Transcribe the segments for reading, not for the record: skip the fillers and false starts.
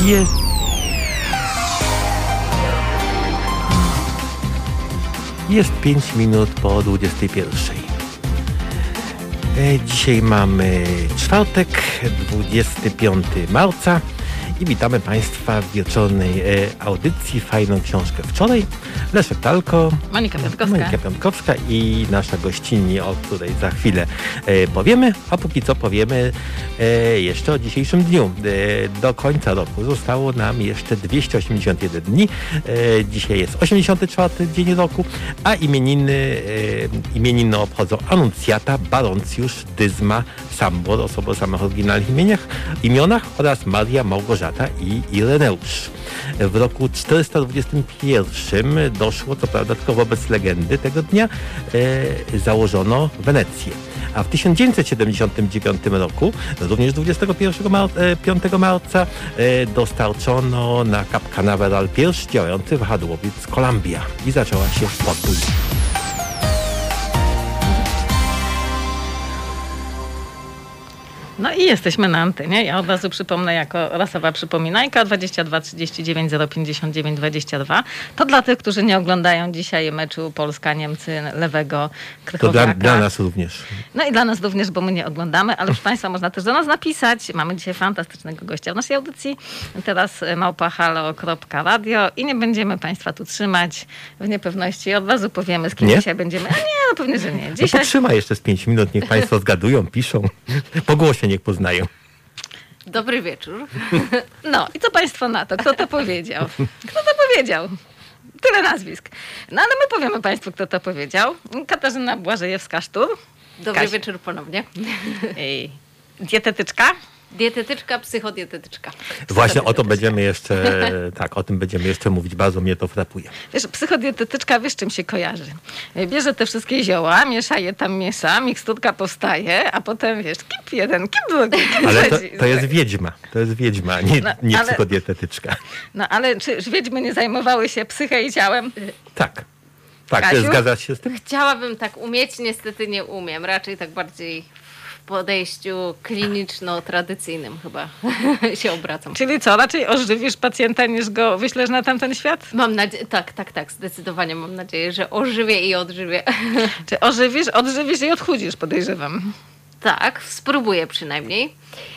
Jest 5 minut po 21. Dzisiaj mamy czwartek, 25 marca i witamy Państwa w wieczornej audycji Fajną książkę wczoraj. Leszek Talko, Monika Piątkowska i nasza gościni, o której za chwilę powiemy, a póki co powiemy jeszcze o dzisiejszym dniu. Do końca roku zostało nam jeszcze 281 dni. Dzisiaj jest 84 dzień roku, a imieniny obchodzą Anuncjata, Baroncjusz, Dyzma, Sambor, osoby o samych oryginalnych imionach oraz Maria, Małgorzata i Ireneusz. W roku 421 doszło, co prawda tylko wobec legendy tego dnia, założono Wenecję. A w 1979 roku, również 25 marca, dostarczono na Cap Canaveral pierwszy działający wahadłowiec Columbia i zaczęła się podróż. No i jesteśmy na antenie. Ja od razu przypomnę jako rasowa przypominajka 22 39 059 22. To dla tych, którzy nie oglądają dzisiaj meczu Polska-Niemcy lewego Krychowiaka. To dla nas również. No i dla nas również, bo my nie oglądamy, ale proszę Państwa, można też do nas napisać. Mamy dzisiaj fantastycznego gościa w naszej audycji. Teraz @halo.radio i nie będziemy Państwa tu trzymać w niepewności. Od razu powiemy, z kim dzisiaj będziemy. A nie, no pewnie, że nie. Dzisiaj... No potrzymaj jeszcze z 5 minut, niech Państwo zgadują, piszą. Po głosie niech poznają. Dobry wieczór. No i co Państwo na to? Kto to powiedział? Kto to powiedział? Tyle nazwisk. No ale my powiemy Państwu, kto to powiedział. Katarzyna Błażejewska-Sztur. Dobry wieczór ponownie. Dietetyczka. Dietetyczka, psychodietetyczka. Właśnie o to będziemy jeszcze, o tym będziemy jeszcze mówić. Bardzo mnie to frapuje. Wiesz, psychodietetyczka, wiesz, czym się kojarzy? Bierze te wszystkie zioła, miesza, miksturka powstaje, a potem, wiesz, kip jeden, kip drugi, kip ale trzeci. To jest wiedźma. To jest wiedźma, nie psychodietetyczka. No ale czy wiedźmy nie zajmowały się psyche i ciałem? Tak. Tak, zgadzasz się z tym? Chciałabym tak umieć, niestety nie umiem. Raczej tak bardziej w podejściu kliniczno-tradycyjnym chyba się obracam. Czyli co, raczej ożywisz pacjenta, niż go wyślesz na tamten świat? Mam nadzieję, tak, zdecydowanie mam nadzieję, że ożywię i odżywię. Czy odżywisz i odchudzisz, podejrzewam. Tak, spróbuję przynajmniej.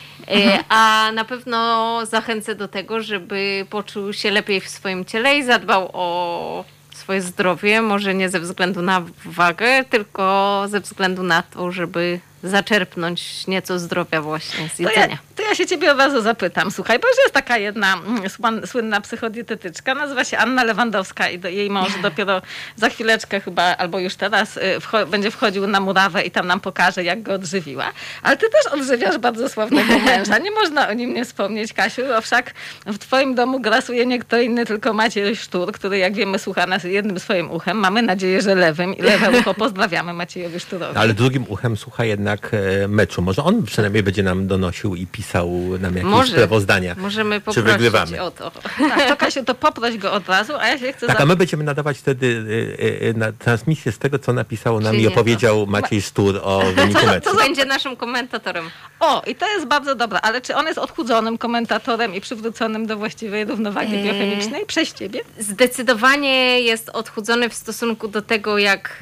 A na pewno zachęcę do tego, żeby poczuł się lepiej w swoim ciele i zadbał o swoje zdrowie, może nie ze względu na wagę, tylko ze względu na to, żeby zaczerpnąć nieco zdrowia właśnie z jedzenia. To ja się ciebie od razu zapytam. Słuchaj, bo już jest taka jedna słynna psychodietetyczka, nazywa się Anna Lewandowska i jej mąż dopiero za chwileczkę chyba, albo już teraz będzie wchodził na murawę i tam nam pokaże, jak go odżywiła. Ale ty też odżywiasz bardzo sławnego męża. Nie można o nim nie wspomnieć, Kasiu. Wszak w twoim domu grasuje nie kto inny, tylko Maciej Sztur, który, jak wiemy, słucha nas jednym swoim uchem. Mamy nadzieję, że lewym. I lewe ucho pozdrawiamy Maciejowi Szturowi. Ale drugim uchem słucha jednak meczu. Może on przynajmniej będzie nam donosił i pisał nam jakieś sprawozdania. Możemy poprosić czy wygrywamy. O to. Tak, to Kasiu, to poproś go od razu, a ja się chcę... Tak, a my będziemy nadawać wtedy na transmisję z tego, co napisał nam i opowiedział Maciej Sztur o wyniku meczu. To będzie naszym komentatorem. O, i to jest bardzo dobre, ale czy on jest odchudzonym komentatorem i przywróconym do właściwej równowagi biochemicznej przez ciebie? Zdecydowanie jest odchudzony w stosunku do tego, jak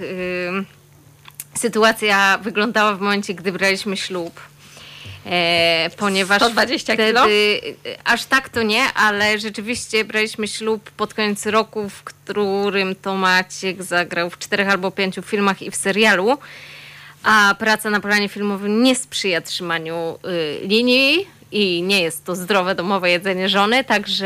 sytuacja wyglądała w momencie, gdy braliśmy ślub. Ponieważ 120 wtedy, kilo? aż tak to nie, ale rzeczywiście braliśmy ślub pod koniec roku, w którym to Maciek zagrał w 4 albo 5 filmach i w serialu, a praca na planie filmowym nie sprzyja trzymaniu linii i nie jest to zdrowe domowe jedzenie żony,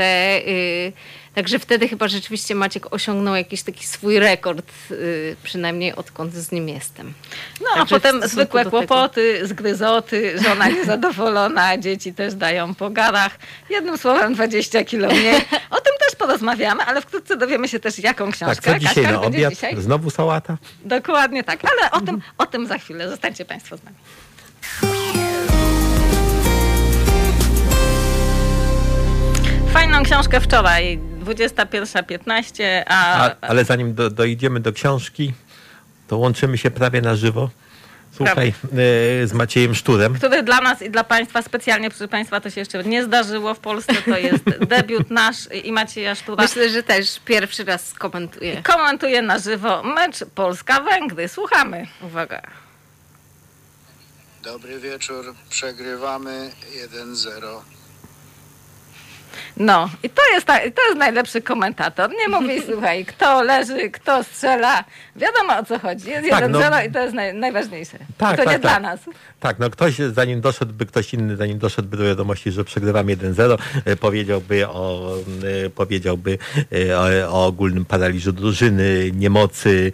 Także wtedy chyba rzeczywiście Maciek osiągnął jakiś taki swój rekord, przynajmniej odkąd z nim jestem. No a potem zwykłe kłopoty, zgryzoty, żona niezadowolona, dzieci też dają po garach. Jednym słowem 20 kilo mniej. O tym też porozmawiamy, ale wkrótce dowiemy się też, jaką książkę. Tak, co dzisiaj na obiad? Dzisiaj? Znowu sałata? Dokładnie tak, ale o tym za chwilę. Zostańcie Państwo z nami. Fajną książkę wczoraj, 21:15, ale zanim dojdziemy do książki, to łączymy się prawie na żywo z Słuchaj, z Maciejem Szturem. Który dla nas i dla Państwa, specjalnie proszę Państwa, to się jeszcze nie zdarzyło w Polsce, to jest debiut nasz i Macieja Sztura. Myślę, że też pierwszy raz komentuje. Komentuje na żywo mecz Polska-Węgry. Słuchamy. Uwaga. Dobry wieczór, przegrywamy 1-0. No i to jest najlepszy komentator. Nie mówi, słuchaj, kto leży, kto strzela. Wiadomo, o co chodzi. Jest 1-0 i to jest najważniejsze. Tak, to nie tak, dla tak. nas. Tak, no ktoś inny, zanim doszedłby do wiadomości, że przegrywamy 1-0, powiedziałby o ogólnym paraliżu drużyny, niemocy,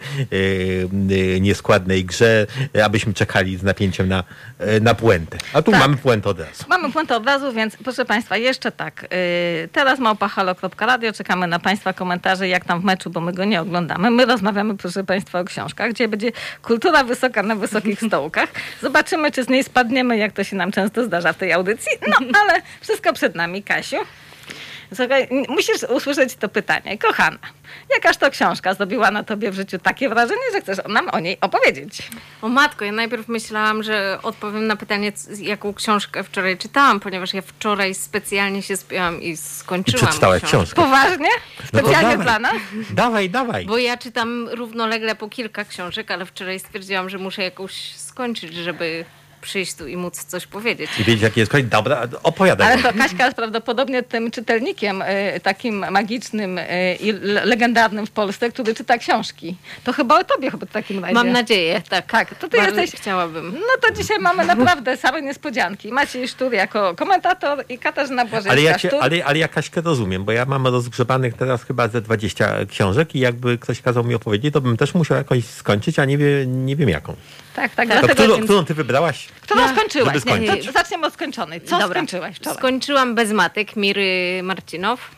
nieskładnej grze, abyśmy czekali z napięciem na puentę. A tu Tak. mamy puentę od razu. Mamy puentę od razu, więc proszę Państwa, jeszcze tak. Teraz @halo.radio. Czekamy na Państwa komentarze, jak tam w meczu, bo my go nie oglądamy. My rozmawiamy, proszę Państwa, o książkach, gdzie będzie kultura wysoka na wysokich stołkach. Zobaczymy, czy z niej spadniemy, jak to się nam często zdarza w tej audycji. No, ale wszystko przed nami, Kasiu. Słuchaj, musisz usłyszeć to pytanie. Kochana, jakaż to książka zrobiła na tobie w życiu takie wrażenie, że chcesz nam o niej opowiedzieć? O matko, ja najpierw myślałam, że odpowiem na pytanie, jaką książkę wczoraj czytałam, ponieważ ja wczoraj specjalnie się spięłam i skończyłam Przeczytałaś książkę. Poważnie? No to Specjalnie dawaj. dla nas? Dawaj. Bo ja czytam równolegle po kilka książek, ale wczoraj stwierdziłam, że muszę jakąś skończyć, żeby przyjść tu i móc coś powiedzieć. I wiedzieć, jaki jest koniec. Dobra, opowiadaj. Ale to Kaśka jest prawdopodobnie tym czytelnikiem takim magicznym i legendarnym w Polsce, który czyta książki. To chyba o tobie w takim razie. Mam nadzieję, tak. Tak, to ty Bardzo jesteś... chciałabym. No to dzisiaj mamy naprawdę same niespodzianki. Maciej Sztur jako komentator i Katarzyna Błażejska-Sztur. Ale ja Kaśkę rozumiem, bo ja mam rozgrzebanych teraz chyba ze 20 książek i jakby ktoś kazał mi opowiedzieć, to bym też musiał jakąś skończyć, a nie wiem jaką. Tak, To dlatego... którą ty wybrałaś? Którą skończyłaś? żeby skończyć. To zaczniemy od skończonej. Co Dobra. skończyłaś wczoraj? Skończyłam Bez matek Miry Marcinow.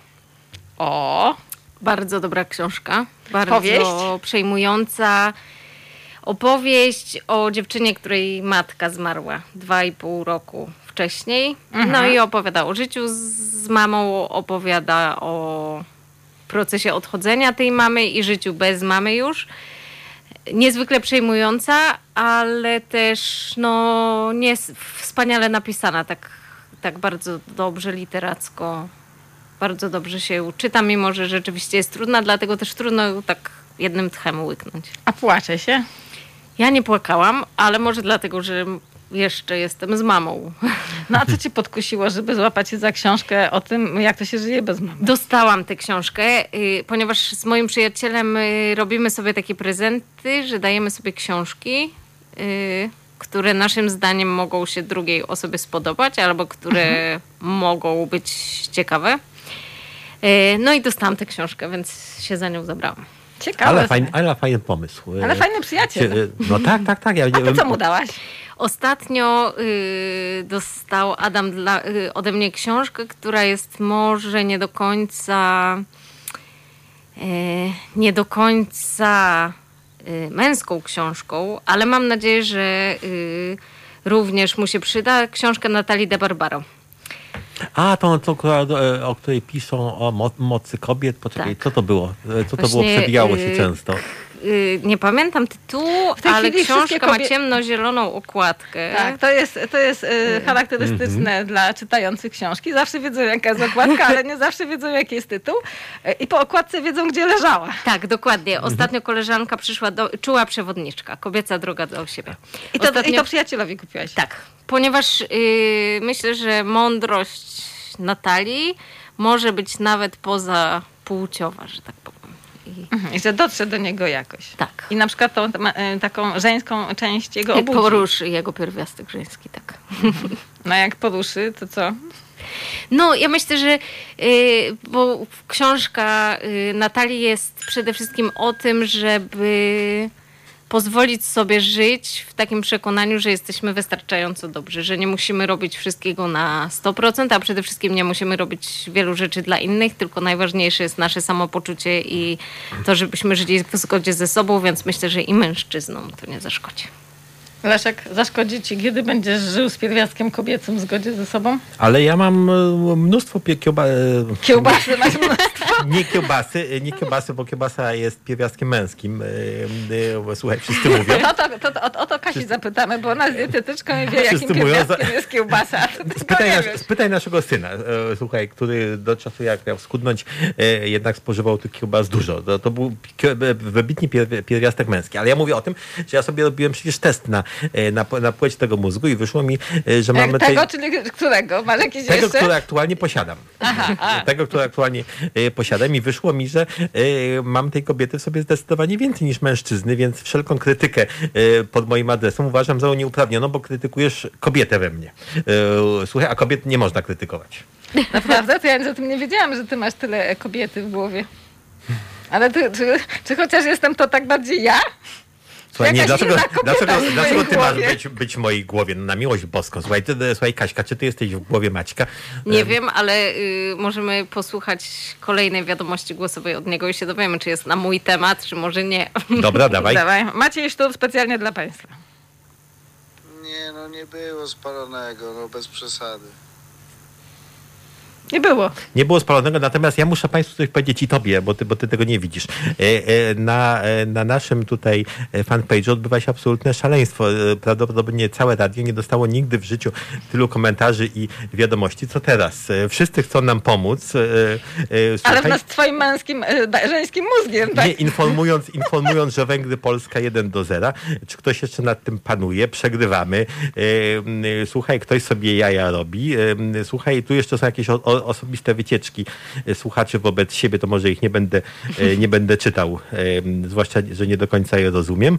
O, Bardzo dobra książka. Bardzo Powieść? przejmująca. Opowieść o dziewczynie, której matka zmarła 2,5 roku wcześniej. No i opowiada o życiu z mamą, opowiada o procesie odchodzenia tej mamy i życiu bez mamy już. Niezwykle przejmująca, ale też wspaniale napisana, tak bardzo dobrze literacko, bardzo dobrze się czyta, mimo że rzeczywiście jest trudna, dlatego też trudno ją tak jednym tchem łyknąć. a płacze się? Ja nie płakałam, ale może dlatego, że jeszcze jestem z mamą. No a co cię podkusiło, żeby złapać się za książkę o tym, jak to się żyje bez mamy? Dostałam tę książkę, ponieważ z moim przyjacielem robimy sobie takie prezenty, że dajemy sobie książki, które naszym zdaniem mogą się drugiej osobie spodobać, albo które mogą być ciekawe. No i dostałam tę książkę, więc się za nią zabrałam. Ciekawe. Ale fajny pomysł. Ale fajny przyjaciel. No tak. Ja A ty co mu dałaś? Ostatnio dostał Adam ode mnie książkę, która jest może nie do końca męską książką, ale mam nadzieję, że również mu się przyda. Książkę Natalii de Barbaro. A, to o której piszą o mocy kobiet. Poczekaj, Tak. co to było? Co to było? Właśnie, Przebijało się często. Nie pamiętam tytułu, W tej ale chwili książka wszystkie ma ciemnozieloną okładkę. Tak, to jest charakterystyczne dla czytających książki. Zawsze wiedzą, jaka jest okładka, ale nie zawsze wiedzą, jaki jest tytuł. I po okładce wiedzą, gdzie leżała. Tak, dokładnie. Ostatnio koleżanka przyszła, czuła przewodniczka, kobieca droga do siebie. I to przyjacielowi kupiłaś. Tak, ponieważ myślę, że mądrość Natalii może być nawet pozapłciowa, że tak powiem. I że dotrze do niego jakoś. Tak. I na przykład taką żeńską część jego I obudzi. poruszy jego pierwiastek żeński, tak. No jak poruszy, to co? No, ja myślę, że bo książka Natalii jest przede wszystkim o tym, żeby pozwolić sobie żyć w takim przekonaniu, że jesteśmy wystarczająco dobrzy, że nie musimy robić wszystkiego na 100%, a przede wszystkim nie musimy robić wielu rzeczy dla innych, tylko najważniejsze jest nasze samopoczucie i to, żebyśmy żyli w zgodzie ze sobą, więc myślę, że i mężczyznom to nie zaszkodzi. Leszek, zaszkodzi ci, kiedy będziesz żył z pierwiastkiem kobiecym w zgodzie ze sobą? Ale ja mam mnóstwo Kiełbasy masz mnóstwo? Nie kiełbasy, bo kiełbasa jest pierwiastkiem męskim. Słuchaj, wszyscy mówią. O to Kasi zapytamy, bo ona jest dietetyczką i wie, jakim pierwiastkiem jest kiełbasa. Spytaj naszego syna, słuchaj, który do czasu jak miał schudnąć, jednak spożywał tych kiełbas dużo. To był wybitnie pierwiastek męski. Ale ja mówię o tym, że ja sobie robiłem przecież test na płeć tego mózgu i wyszło mi, że mamy... Czyli którego? Masz jakiś tego, jeszcze? który aktualnie posiadam. Tego, który aktualnie posiadam i wyszło mi, że mam tej kobiety w sobie zdecydowanie więcej niż mężczyzny, więc wszelką krytykę pod moim adresem uważam za nieuprawnioną, bo krytykujesz kobietę we mnie. Słuchaj, a kobiet nie można krytykować. Naprawdę? To ja o tym nie wiedziałam, że ty masz tyle kobiety w głowie. Ale czy chociaż jestem to tak bardziej ja? Słuchaj, nie, dlaczego ty masz głowie? być w mojej głowie? No, na miłość boską. Słuchaj, Kaśka, czy ty jesteś w głowie Maćka? Nie wiem, ale możemy posłuchać kolejnej wiadomości głosowej od niego i się dowiemy, czy jest na mój temat, czy może nie. Dobra, dawaj. Maciej Sztur specjalnie dla państwa. Nie, no nie było spalonego, no bez przesady. Nie było. Nie było spalonego, natomiast ja muszę Państwu coś powiedzieć i Tobie, bo ty tego nie widzisz. Na naszym tutaj fanpage'u odbywa się absolutne szaleństwo. Prawdopodobnie całe radio nie dostało nigdy w życiu tylu komentarzy i wiadomości, co teraz. Wszyscy chcą nam pomóc. Ale w nas twoim męskim, żeńskim mózgiem, tak? Nie, informując, że Węgry Polska 1-0. Czy ktoś jeszcze nad tym panuje? Przegrywamy. Słuchaj, ktoś sobie jaja robi. Słuchaj, tu jeszcze są jakieś osobiste wycieczki słuchaczy wobec siebie, to może ich nie będę czytał, zwłaszcza, że nie do końca je rozumiem.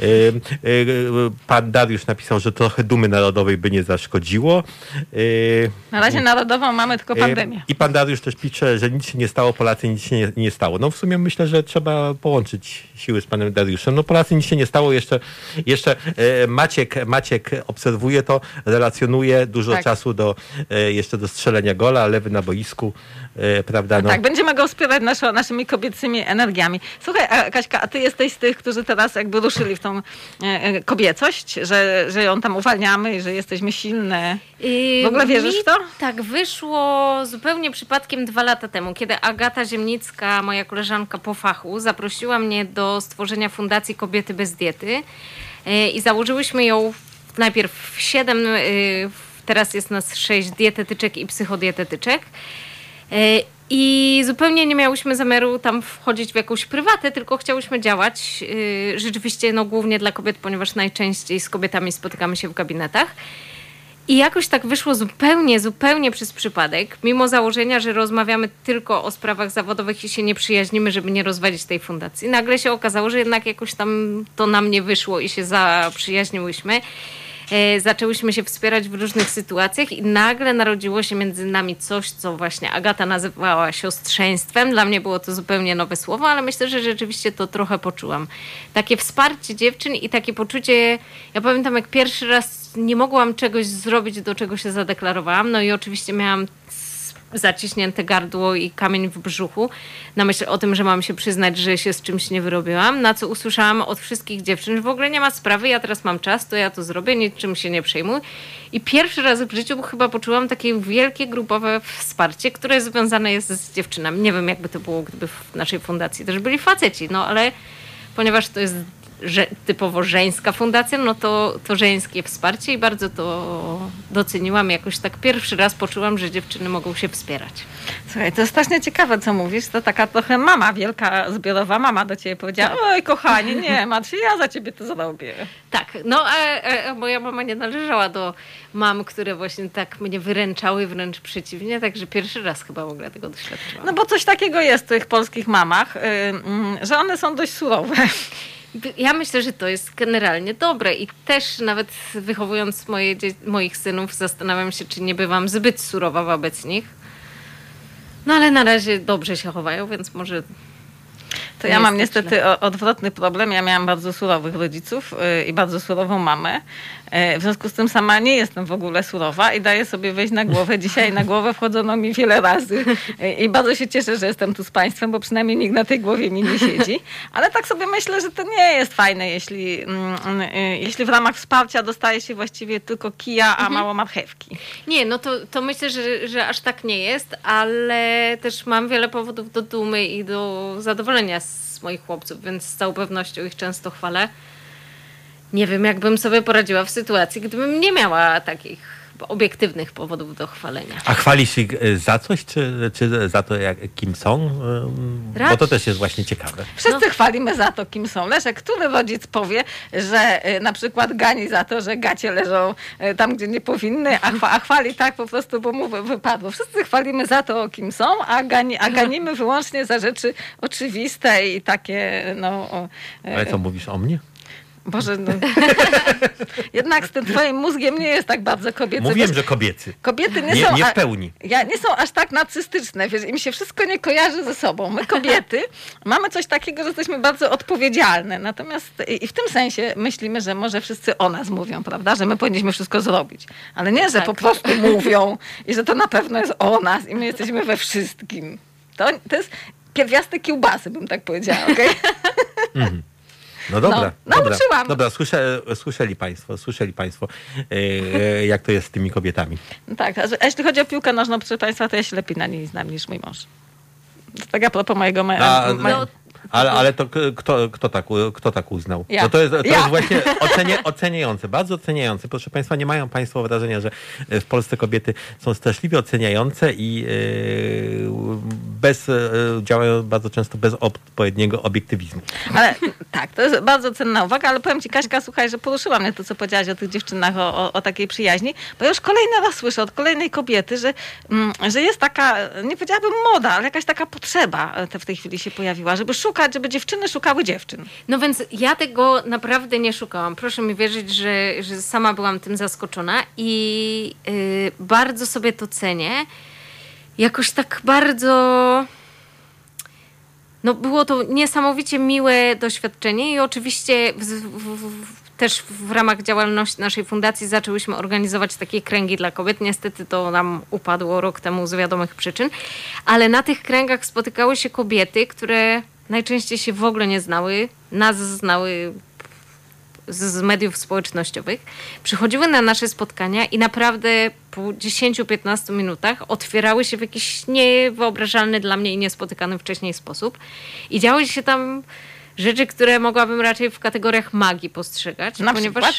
Pan Dariusz napisał, że trochę dumy narodowej by nie zaszkodziło. Na razie narodową mamy tylko pandemię. I pan Dariusz też pisze, że nic się nie stało, Polacy nic się nie stało. No w sumie myślę, że trzeba połączyć siły z panem Dariuszem. No Polacy nic się nie stało, jeszcze Maciek obserwuje to, relacjonuje dużo czasu jeszcze do strzelenia gola, lewy na boisku, prawda? No. Tak, będziemy go wspierać naszymi kobiecymi energiami. Słuchaj, Kaśka, a ty jesteś z tych, którzy teraz jakby ruszyli w tą kobiecość, że ją tam uwalniamy i że jesteśmy silne. W ogóle wierzysz w to? Tak, wyszło zupełnie przypadkiem 2 lata temu, kiedy Agata Ziemnicka, moja koleżanka po fachu, zaprosiła mnie do stworzenia Fundacji Kobiety bez Diety i założyłyśmy ją najpierw 7, teraz jest nas 6 dietetyczek i psychodietetyczek. I zupełnie nie miałyśmy zamiaru tam wchodzić w jakąś prywatę, tylko chciałyśmy działać rzeczywiście głównie dla kobiet, ponieważ najczęściej z kobietami spotykamy się w gabinetach. I jakoś tak wyszło zupełnie przez przypadek, mimo założenia, że rozmawiamy tylko o sprawach zawodowych i się nie przyjaźnimy, żeby nie rozwalić tej fundacji. Nagle się okazało, że jednak jakoś tam to nam nie wyszło i się zaprzyjaźniłyśmy. Zaczęłyśmy się wspierać w różnych sytuacjach i nagle narodziło się między nami coś, co właśnie Agata nazywała siostrzeństwem. Dla mnie było to zupełnie nowe słowo, ale myślę, że rzeczywiście to trochę poczułam. Takie wsparcie dziewczyn i takie poczucie, ja pamiętam jak pierwszy raz nie mogłam czegoś zrobić, do czego się zadeklarowałam, no i oczywiście miałam zaciśnięte gardło i kamień w brzuchu na myśl o tym, że mam się przyznać, że się z czymś nie wyrobiłam, na co usłyszałam od wszystkich dziewczyn, że w ogóle nie ma sprawy, ja teraz mam czas, to ja to zrobię, niczym się nie przejmuj. I pierwszy raz w życiu chyba poczułam takie wielkie grupowe wsparcie, które związane jest z dziewczynami. Nie wiem, jakby to było, gdyby w naszej fundacji też byli faceci, no ale ponieważ to jest typowo żeńska fundacja, no to żeńskie wsparcie i bardzo to doceniłam. Jakoś tak pierwszy raz poczułam, że dziewczyny mogą się wspierać. Słuchaj, to strasznie ciekawe, co mówisz. To taka trochę mama, wielka, zbiorowa mama do ciebie powiedziała, oj kochanie, nie martw się, ja za ciebie to zrobię. Tak, no a moja mama nie należała do mam, które właśnie tak mnie wyręczały, wręcz przeciwnie, także pierwszy raz chyba w ogóle tego doświadczyłam. No bo coś takiego jest w tych polskich mamach, że one są dość surowe. Ja myślę, że to jest generalnie dobre i też nawet wychowując moich synów zastanawiam się, czy nie bywam zbyt surowa wobec nich. No ale na razie dobrze się chowają, więc może... To ja mam niestety odwrotny problem. Ja miałam bardzo surowych rodziców i bardzo surową mamę. W związku z tym sama nie jestem w ogóle surowa i daję sobie wejść na głowę. Dzisiaj na głowę wchodzono mi wiele razy i bardzo się cieszę, że jestem tu z państwem, bo przynajmniej nikt na tej głowie mi nie siedzi. Ale tak sobie myślę, że to nie jest fajne, jeśli w ramach wsparcia dostaje się właściwie tylko kija, a mało marchewki. Nie, no to myślę, że aż tak nie jest, ale też mam wiele powodów do dumy i do zadowolenia z moich chłopców, więc z całą pewnością ich często chwalę. Nie wiem, jakbym sobie poradziła w sytuacji, gdybym nie miała takich obiektywnych powodów do chwalenia. A chwalisz ich za coś, czy za to, kim są? Bo to też jest właśnie ciekawe. Wszyscy chwalimy za to, kim są. Leszek, który rodzic powie, że na przykład gani za to, że gacie leżą tam, gdzie nie powinny, a chwali tak po prostu, bo mu wypadło. Wszyscy chwalimy za to, kim są, a ganimy wyłącznie za rzeczy oczywiste i takie, Ale co, mówisz o mnie? Boże, jednak z tym twoim mózgiem nie jest tak bardzo kobiecy. Mówiłem, że kobiecy. Kobiety nie w pełni. Nie są aż tak narcystyczne, wiesz, im się wszystko nie kojarzy ze sobą. My kobiety mamy coś takiego, że jesteśmy bardzo odpowiedzialne. Natomiast i w tym sensie myślimy, że może wszyscy o nas mówią, prawda? Że my powinniśmy wszystko zrobić. Ale nie, że po prostu mówią i że to na pewno jest o nas i my jesteśmy we wszystkim. To jest pierwiastek kiełbasy, bym tak powiedziała, okej? Okay? No dobra, nauczyłam. Dobra, słyszeli Państwo, jak to jest z tymi kobietami. No tak, a jeśli chodzi o piłkę nożną, proszę Państwa, to ja się lepiej na niej znam niż mój mąż. To tak a propos mojego... Ale to kto tak uznał? Ja. No to jest właśnie oceniające, bardzo oceniające. Proszę Państwa, nie mają Państwo wrażenia, że w Polsce kobiety są straszliwie oceniające i działają bardzo często bez odpowiedniego obiektywizmu. Ale tak, to jest bardzo cenna uwaga, ale powiem Ci, Kaśka, słuchaj, że poruszyła mnie to, co powiedziałaś o tych dziewczynach, o takiej przyjaźni, bo już kolejny raz słyszę od kolejnej kobiety, że jest taka, nie powiedziałabym moda, ale jakaś taka potrzeba w tej chwili się pojawiła, żeby dziewczyny szukały dziewczyn. No więc ja tego naprawdę nie szukałam. Proszę mi wierzyć, że sama byłam tym zaskoczona i bardzo sobie to cenię. Jakoś tak bardzo... No było to niesamowicie miłe doświadczenie i oczywiście też w ramach działalności naszej fundacji zaczęłyśmy organizować takie kręgi dla kobiet. Niestety to nam upadło rok temu z wiadomych przyczyn, ale na tych kręgach spotykały się kobiety, które najczęściej się w ogóle nie znały, nas znały z mediów społecznościowych, przychodziły na nasze spotkania i naprawdę po 10-15 minutach otwierały się w jakiś niewyobrażalny dla mnie i niespotykany wcześniej sposób. I działy się tam rzeczy, które mogłabym raczej w kategoriach magii postrzegać. Na przykład?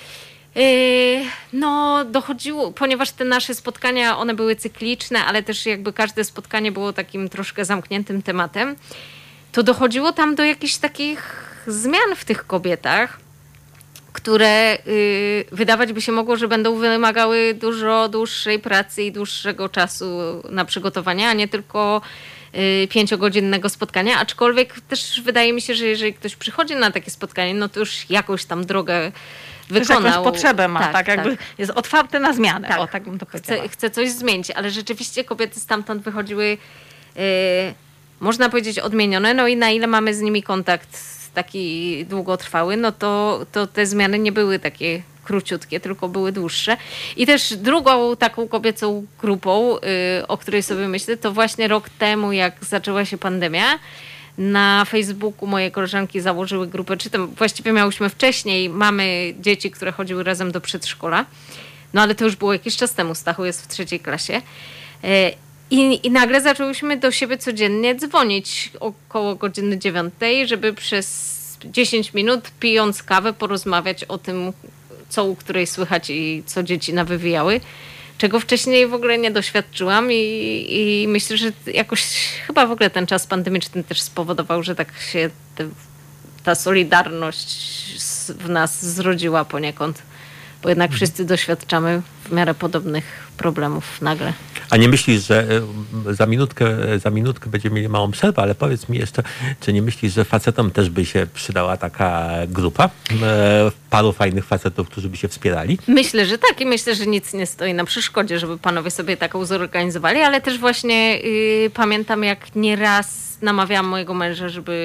Dochodziło, ponieważ te nasze spotkania, one były cykliczne, ale też jakby każde spotkanie było takim troszkę zamkniętym tematem, to dochodziło tam do jakichś takich zmian w tych kobietach, które wydawać by się mogło, że będą wymagały dużo dłuższej pracy i dłuższego czasu na przygotowanie, a nie tylko 5-godzinnego spotkania. Aczkolwiek też wydaje mi się, że jeżeli ktoś przychodzi na takie spotkanie, no to już jakąś tam drogę wykonał. Jakąś potrzebę ma, tak jakby jest otwarty na zmianę. Tak. O, tak bym to powiedziała. Chce coś zmienić, ale rzeczywiście kobiety stamtąd wychodziły, można powiedzieć, odmienione. No i na ile mamy z nimi kontakt taki długotrwały, no to te zmiany nie były takie króciutkie, tylko były dłuższe. I też drugą taką kobiecą grupą, o której sobie myślę, to właśnie rok temu, jak zaczęła się pandemia, na Facebooku moje koleżanki założyły grupę, czy tam właściwie miałyśmy wcześniej, mamy dzieci, które chodziły razem do przedszkola, no ale to już było jakiś czas temu, Stachu jest w 3. klasie. I nagle zaczęłyśmy do siebie codziennie dzwonić około godziny 9, żeby przez 10 minut pijąc kawę porozmawiać o tym, co u której słychać i co dzieci nawywijały, czego wcześniej w ogóle nie doświadczyłam i myślę, że jakoś chyba w ogóle ten czas pandemiczny też spowodował, że tak się ta solidarność w nas zrodziła poniekąd, bo jednak wszyscy doświadczamy w miarę podobnych problemów nagle. A nie myślisz, że za minutkę będziemy mieli małą przerwę, ale powiedz mi jeszcze, czy nie myślisz, że facetom też by się przydała taka grupa? Paru fajnych facetów, którzy by się wspierali? Myślę, że tak i myślę, że nic nie stoi na przeszkodzie, żeby panowie sobie taką zorganizowali, ale też właśnie pamiętam, jak nieraz namawiałam mojego męża, żeby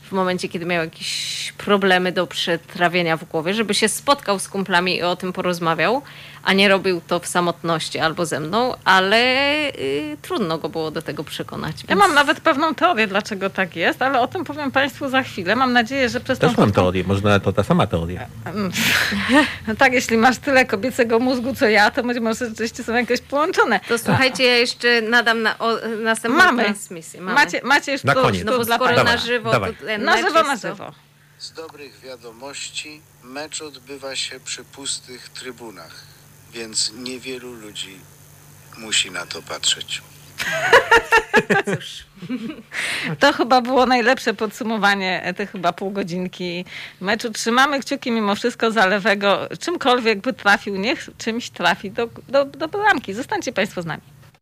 w momencie, kiedy miał jakieś problemy do przetrawienia w głowie, żeby się spotkał z kumplami i o tym porozmawiał, a nie robił to w samotności albo ze mną, ale trudno go było do tego przekonać. Ja mam nawet pewną teorię, dlaczego tak jest, ale o tym powiem Państwu za chwilę. Mam nadzieję, że przez Też mam teorię, może to ta sama teoria. No tak, jeśli masz tyle kobiecego mózgu, co ja, to być może rzeczywiście są jakoś połączone. To słuchajcie, ja jeszcze nadam następną transmisję. Macie już na koniec. No bo skoro na żywo, dawaj. to ten Na mecz żywo, jest na to- żywo. Z dobrych wiadomości mecz odbywa się przy pustych trybunach, więc niewielu ludzi musi na to patrzeć. Cóż. To chyba było najlepsze podsumowanie te chyba pół godzinki meczu. Trzymamy kciuki mimo wszystko za Lewego. Czymkolwiek by trafił, niech czymś trafi do bramki. Zostańcie Państwo z nami.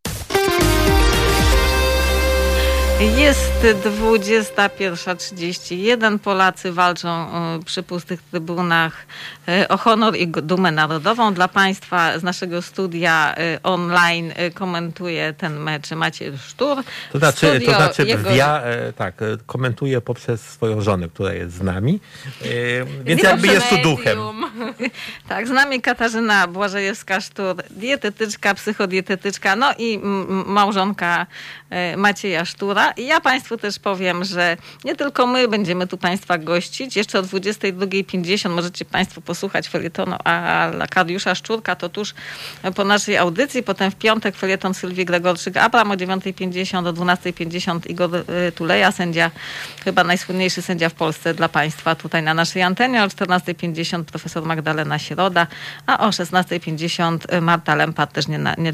Jest 21:31. Polacy walczą przy pustych trybunach o honor i dumę narodową. Dla Państwa z naszego studia online komentuje ten mecz Maciej Sztur. To znaczy Jego... komentuje poprzez swoją żonę, która jest z nami, więc jakby jest tu duchem. Tak, z nami Katarzyna Błażejewska-Sztur, dietetyczka, psychodietetyczka, no i małżonka Macieja Sztura. I ja Państwu też powiem, że nie tylko my będziemy tu Państwa gościć. Jeszcze o 22:50 możecie Państwo posłuchać felietonu Arkadiusza Szczurka, to tuż po naszej audycji. Potem w piątek felieton Sylwii Gregorczyk-Abram o 9:50, o 12:50 Igor Tuleja, sędzia, chyba najsłynniejszy sędzia w Polsce dla Państwa tutaj na naszej antenie. O 14:50 profesor Magdalena Środa, a o 16:50 Marta Lempart, też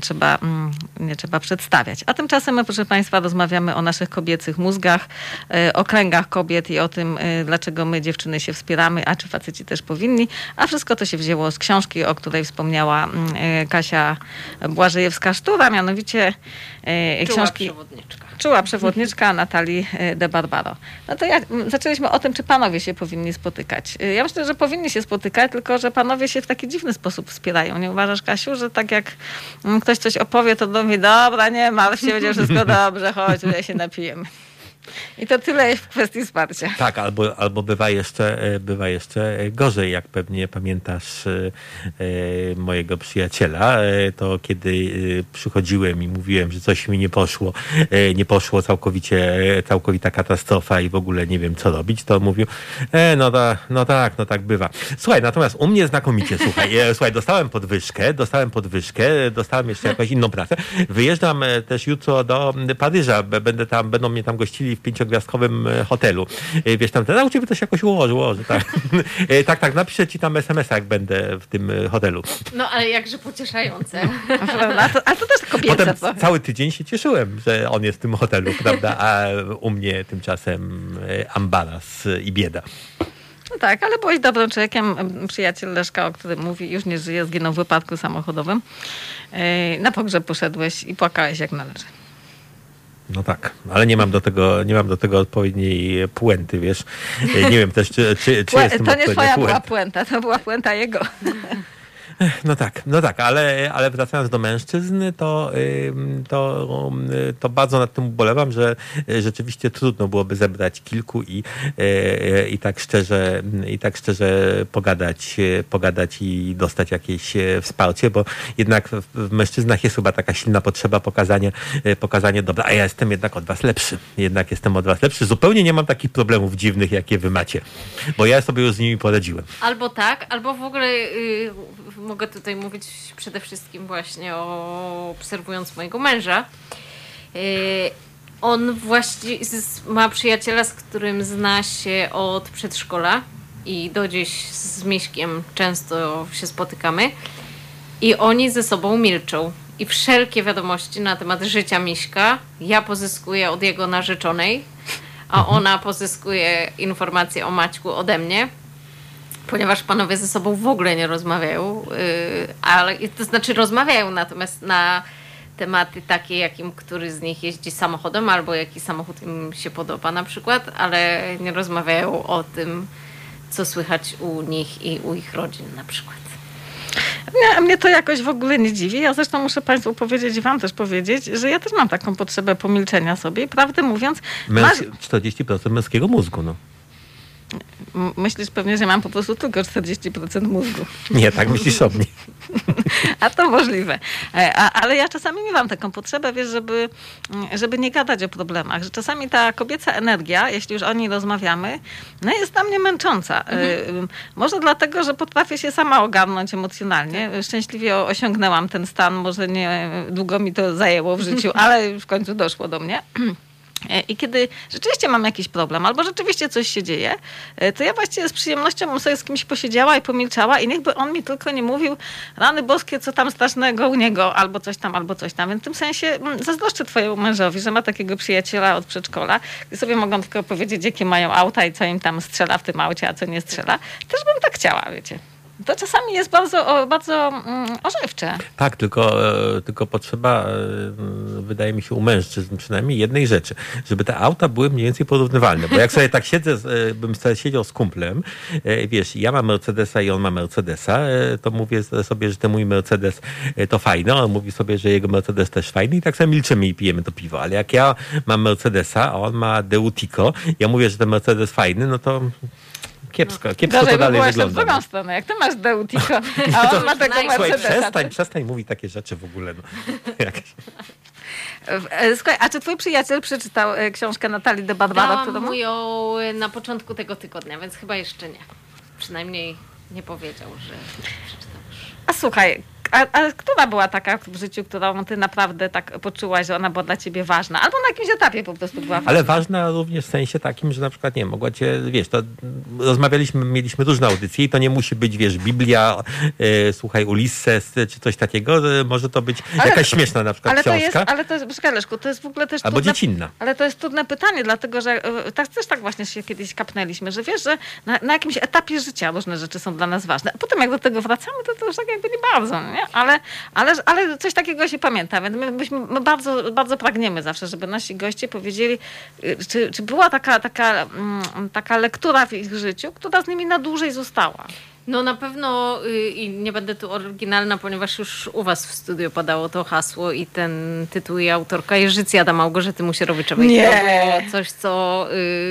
nie trzeba przedstawiać. A tymczasem my, proszę Państwa, rozmawiamy o naszych kobiecych mózgach, o kręgach kobiet i o tym, dlaczego my, dziewczyny, się wspieramy, a czy faceci też powinni. A wszystko to się wzięło z książki, o której wspomniała Kasia Błażejewska-Sztura, mianowicie książki Czuła przewodniczka Natalii de Barbaro. No to zaczęliśmy o tym, czy panowie się powinni spotykać. Ja myślę, że powinni się spotykać, tylko że panowie się w taki dziwny sposób wspierają. Nie uważasz, Kasiu, że tak jak ktoś coś opowie, to mówi, dobra, nie martw się, będzie wszystko dobrze, chodź, tutaj się napijemy. I to tyle w kwestii wsparcia. Tak, albo bywa jeszcze gorzej, jak pewnie pamiętasz mojego przyjaciela, to kiedy przychodziłem i mówiłem, że coś mi nie poszło całkowita katastrofa i w ogóle nie wiem co robić, to mówił, no tak bywa. Słuchaj, natomiast u mnie znakomicie, słuchaj, dostałem podwyżkę, dostałem jeszcze jakąś inną pracę. Wyjeżdżam też jutro do Paryża, będą mnie tam gościli w 5-gwiazdkowym hotelu. Wiesz, tam u ciebie to się jakoś ułoży, tak. tak, napiszę ci tam SMS-a, jak będę w tym hotelu. No, ale jakże pocieszające. A to też kobiece. Potem cały tydzień się cieszyłem, że on jest w tym hotelu, prawda, a u mnie tymczasem ambaras i bieda. No tak, ale byłeś dobrym człowiekiem. Przyjaciel Leszka, o którym mówi, już nie żyje, zginął w wypadku samochodowym. Na pogrzeb poszedłeś i płakałeś jak należy. No tak, ale nie mam do tego odpowiedniej puenty, wiesz. Nie wiem też, czy jestem to nie twoja była puenta, to była puenta jego. No tak, ale wracając do mężczyzn, to bardzo nad tym ubolewam, że rzeczywiście trudno byłoby zebrać kilku i tak szczerze pogadać i dostać jakieś wsparcie, bo jednak w mężczyznach jest chyba taka silna potrzeba pokazania dobra, a ja jestem jednak od was lepszy. Zupełnie nie mam takich problemów dziwnych, jakie wy macie, bo ja sobie już z nimi poradziłem. Albo tak, albo w ogóle mogę tutaj mówić przede wszystkim właśnie obserwując mojego męża. On właśnie ma przyjaciela, z którym zna się od przedszkola i do dziś z Miśkiem często się spotykamy i oni ze sobą milczą. I wszelkie wiadomości na temat życia Miśka ja pozyskuję od jego narzeczonej, a ona pozyskuje informacje o Maćku ode mnie. Ponieważ panowie ze sobą w ogóle nie rozmawiają, ale to znaczy rozmawiają natomiast na tematy takie, jakim który z nich jeździ samochodem albo jaki samochód im się podoba na przykład, ale nie rozmawiają o tym, co słychać u nich i u ich rodzin na przykład. Mnie to jakoś w ogóle nie dziwi. Ja zresztą muszę Państwu powiedzieć i Wam też powiedzieć, że ja też mam taką potrzebę pomilczenia sobie i prawdę mówiąc... 40% męskiego mózgu, no. Myślisz pewnie, że mam po prostu tylko 40% mózgu. Nie, tak myślisz o mnie. A to możliwe. Ale ja czasami miałam taką potrzebę, wiesz, żeby nie gadać o problemach. Że czasami ta kobieca energia, jeśli już o niej rozmawiamy, no jest dla mnie męcząca. Może dlatego, że potrafię się sama ogarnąć emocjonalnie. Szczęśliwie osiągnęłam ten stan. Może nie długo mi to zajęło w życiu, ale w końcu doszło do mnie. I kiedy rzeczywiście mam jakiś problem, albo rzeczywiście coś się dzieje, to ja właściwie z przyjemnością bym sobie z kimś posiedziała i pomilczała i niechby on mi tylko nie mówił, rany boskie, co tam strasznego u niego, albo coś tam. Więc w tym sensie zazdroszczę twojemu mężowi, że ma takiego przyjaciela od przedszkola, gdzie sobie mogą tylko powiedzieć, jakie mają auta i co im tam strzela w tym aucie, a co nie strzela. Też bym tak chciała, wiecie. To czasami jest bardzo ożywcze. Tak, tylko potrzeba, wydaje mi się, u mężczyzn przynajmniej jednej rzeczy, żeby te auta były mniej więcej porównywalne. Bo jak sobie tak bym sobie siedział z kumplem, wiesz, ja mam Mercedesa i on ma Mercedesa, to mówię sobie, że ten mój Mercedes to fajny, on mówi sobie, że jego Mercedes też fajny i tak sobie milczymy i pijemy to piwo. Ale jak ja mam Mercedesa, a on ma Deutico, ja mówię, że ten Mercedes fajny, no to... Kiepsko to dalej wygląda. W drugą stronę. Jak ty masz Deutico, a on ma tego Mercedesa. Przestań mówić takie rzeczy w ogóle. No. Słuchaj, a czy twój przyjaciel przeczytał książkę Natalii de Barbaro? Dałam mu ją na początku tego tygodnia, więc chyba jeszcze nie. Przynajmniej nie powiedział, że przeczytał już. A słuchaj, a która była taka w życiu, którą ty naprawdę tak poczułaś, że ona była dla ciebie ważna? Albo na jakimś etapie po prostu była ważna? Ale ważna również w sensie takim, że na przykład, nie wiem, mogła cię, wiesz, to mieliśmy różne audycje i to nie musi być, wiesz, Biblia, słuchaj, Ulisses, czy coś takiego. Może to być jakaś śmieszna na przykład książka. Ale to jest, Leszku, to jest w ogóle też albo trudne, dziecinna. Ale to jest trudne pytanie, dlatego, że też tak właśnie się kiedyś kapnęliśmy, że wiesz, że na jakimś etapie życia różne rzeczy są dla nas ważne. A potem jak do tego wracamy, to już tak jakby nie bardzo, nie? Ale coś takiego się pamięta, więc my bardzo, bardzo pragniemy zawsze, żeby nasi goście powiedzieli, czy była taka lektura w ich życiu, która z nimi na dłużej została. No na pewno i nie będę tu oryginalna, ponieważ już u was w studiu padało to hasło i ten tytuł i autorka Jerzycjada Małgorzaty Musierowiczowej. Nie. To było coś, co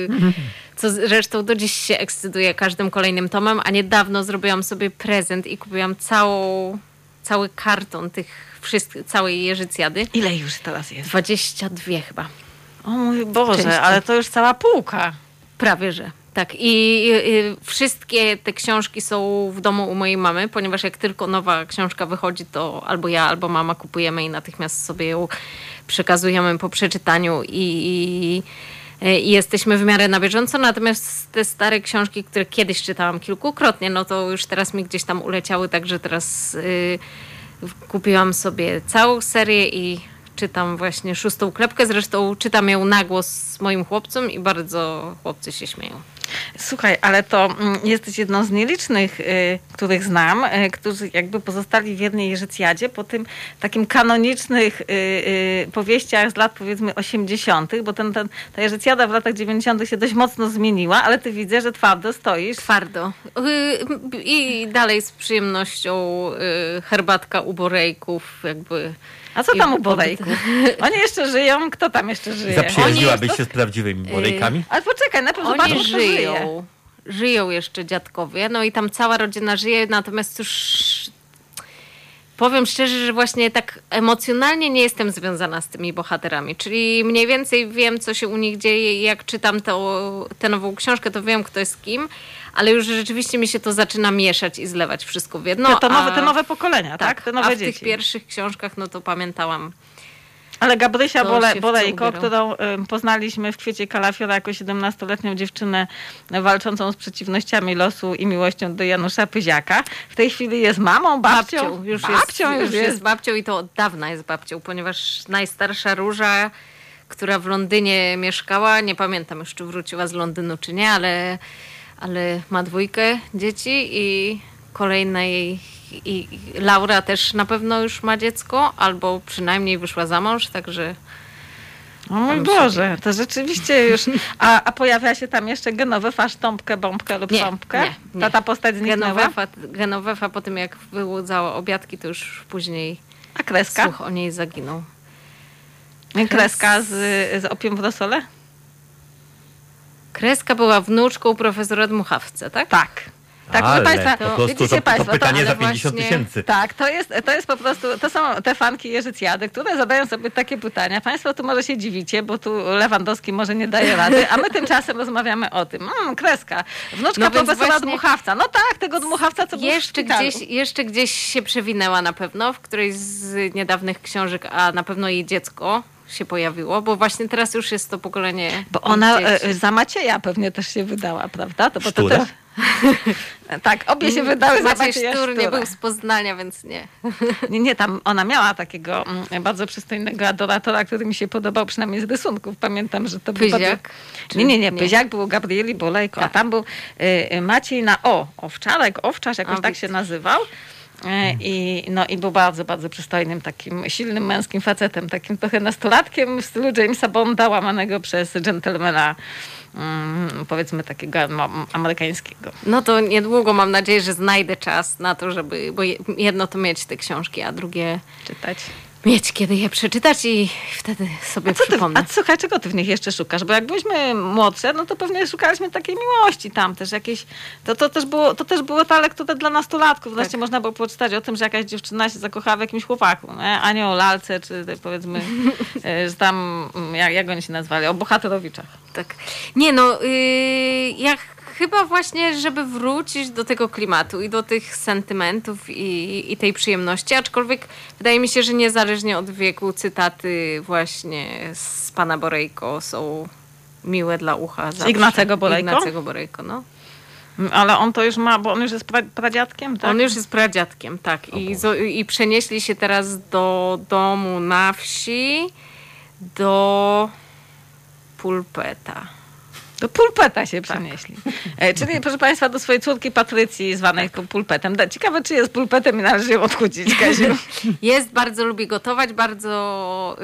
zresztą do dziś się ekscytuję każdym kolejnym tomem, a niedawno zrobiłam sobie prezent i kupiłam cały karton całej Jerzycjady. Ile już teraz jest? 22 chyba. O mój Boże, ale to już cała półka. Prawie, że. Tak. I wszystkie te książki są w domu u mojej mamy, ponieważ jak tylko nowa książka wychodzi, to albo ja, albo mama kupujemy i natychmiast sobie ją przekazujemy po przeczytaniu i jesteśmy w miarę na bieżąco. Natomiast te stare książki, które kiedyś czytałam kilkukrotnie, no to już teraz mi gdzieś tam uleciały, także teraz kupiłam sobie całą serię i czytam właśnie 6. klepkę. Zresztą czytam ją na głos z moim chłopcom i bardzo chłopcy się śmieją. Słuchaj, ale to jesteś jedną z nielicznych, których znam, którzy jakby pozostali wierni Jerzycjadzie po tym takim kanonicznych powieściach z lat powiedzmy 80., bo ta Jerzycjada w latach 90. się dość mocno zmieniła, ale ty widzę, że twardo stoisz. Twardo. I dalej z przyjemnością herbatka u Borejków, jakby... A co tam u Borejków? Oni jeszcze żyją? Kto tam jeszcze żyje? Zaprzyjaźniłabyś się z prawdziwymi Borejkami? Ale poczekaj, najpierw zobaczmy, kto żyje. Żyją jeszcze dziadkowie, no i tam cała rodzina żyje, natomiast już powiem szczerze, że właśnie tak emocjonalnie nie jestem związana z tymi bohaterami, czyli mniej więcej wiem, co się u nich dzieje, jak czytam tę nową książkę, to wiem, kto jest kim, ale już rzeczywiście mi się to zaczyna mieszać i zlewać wszystko w jedno. Te nowe pokolenia, tak? Te nowe a w dzieci. tych pierwszych książkach, no to pamiętałam. Ale Gabrysia Borejko, którą poznaliśmy w Kwiecie Kalafiora jako 17-letnią dziewczynę walczącą z przeciwnościami losu i miłością do Janusza Pyziaka, w tej chwili jest mamą, babcią. Już jest babcią i to od dawna jest babcią, ponieważ najstarsza Róża, która w Londynie mieszkała, nie pamiętam już, czy wróciła z Londynu, czy nie, ale ma 2 dzieci i kolejna jej i Laura też na pewno już ma dziecko, albo przynajmniej wyszła za mąż, także... O mój Boże, to rzeczywiście już... A pojawia się tam jeszcze Genovefa, Sztąpkę, Bombkę lub Sąpkę? Nie. Ta postać zniknęła? Genovefa po tym, jak wyłudzała obiadki, to już później a Kreska? Słuch o niej zaginął. Kreska z Opium w rosole? Kreska była wnuczką profesora Dmuchawca, tak? Tak. Tak, proszę Państwa, po prostu widzicie to Państwo, pytanie za ale 50 właśnie- 000. Tak, to jest po prostu, to są te fanki Jerzycjady, które zadają sobie takie pytania. Państwo tu może się dziwicie, bo tu Lewandowski może nie daje rady, a my tymczasem rozmawiamy o tym. Kreska, wnuczka No więc profesora właśnie- Dmuchawca. No tak, tego Dmuchawca, co był w szpitalu. Jeszcze gdzieś się przewinęła na pewno, w którejś z niedawnych książek, a na pewno jej dziecko się pojawiło, bo właśnie teraz już jest to pokolenie Bo ona dzieci. za Macieja pewnie też się wydała, prawda? To, bo to Sztura? też... Tak, obie się wydały za Maciej Macieja Sztur nie Sztura. był z Poznania, więc nie. Nie, tam ona miała takiego bardzo przystojnego adoratora, który mi się podobał, przynajmniej z rysunków. Pamiętam, że to był Pyziak? bardzo... Nie. Pyziak był Gabrieli Bolejko, a tam był Maciej na Owczarek, Owczarz, jakoś tak się nazywał. I był bardzo, bardzo przystojnym, takim silnym męskim facetem, takim trochę nastolatkiem w stylu Jamesa Bonda, łamanego przez dżentelmena, powiedzmy takiego amerykańskiego. No to niedługo mam nadzieję, że znajdę czas na to, żeby, bo jedno to mieć te książki, a drugie Czytać. mieć kiedy je przeczytać i wtedy sobie przypomnę. A słuchaj, czego ty w nich jeszcze szukasz? Bo jak byliśmy młodsze, no to pewnie szukaliśmy takiej miłości tam też jakieś. To też było ta lektura dla nastolatków. Wreszcie można było poczytać o tym, że jakaś dziewczyna się zakochała w jakimś chłopaku. Nie? A nie o lalce, czy powiedzmy, że tam, jak oni się nazwali, o bohaterowiczach. Tak. Nie no, ja chyba właśnie, żeby wrócić do tego klimatu i do tych sentymentów i tej przyjemności, aczkolwiek wydaje mi się, że niezależnie od wieku cytaty właśnie z pana Borejko są miłe dla ucha. Zawsze. Ignacego Borejko? Ignacego Borejko, no. Ale on to już ma, bo on już jest pradziadkiem, tak? On już jest pradziadkiem, tak. I przenieśli się teraz do domu na wsi, do pulpeta. Do pulpeta się przenieśli. Czyli, proszę Państwa, do swojej córki Patrycji, zwanej pulpetem. Ciekawe, czy jest pulpetem i należy ją odchudzić, Kaziu. Jest, bardzo lubi gotować, bardzo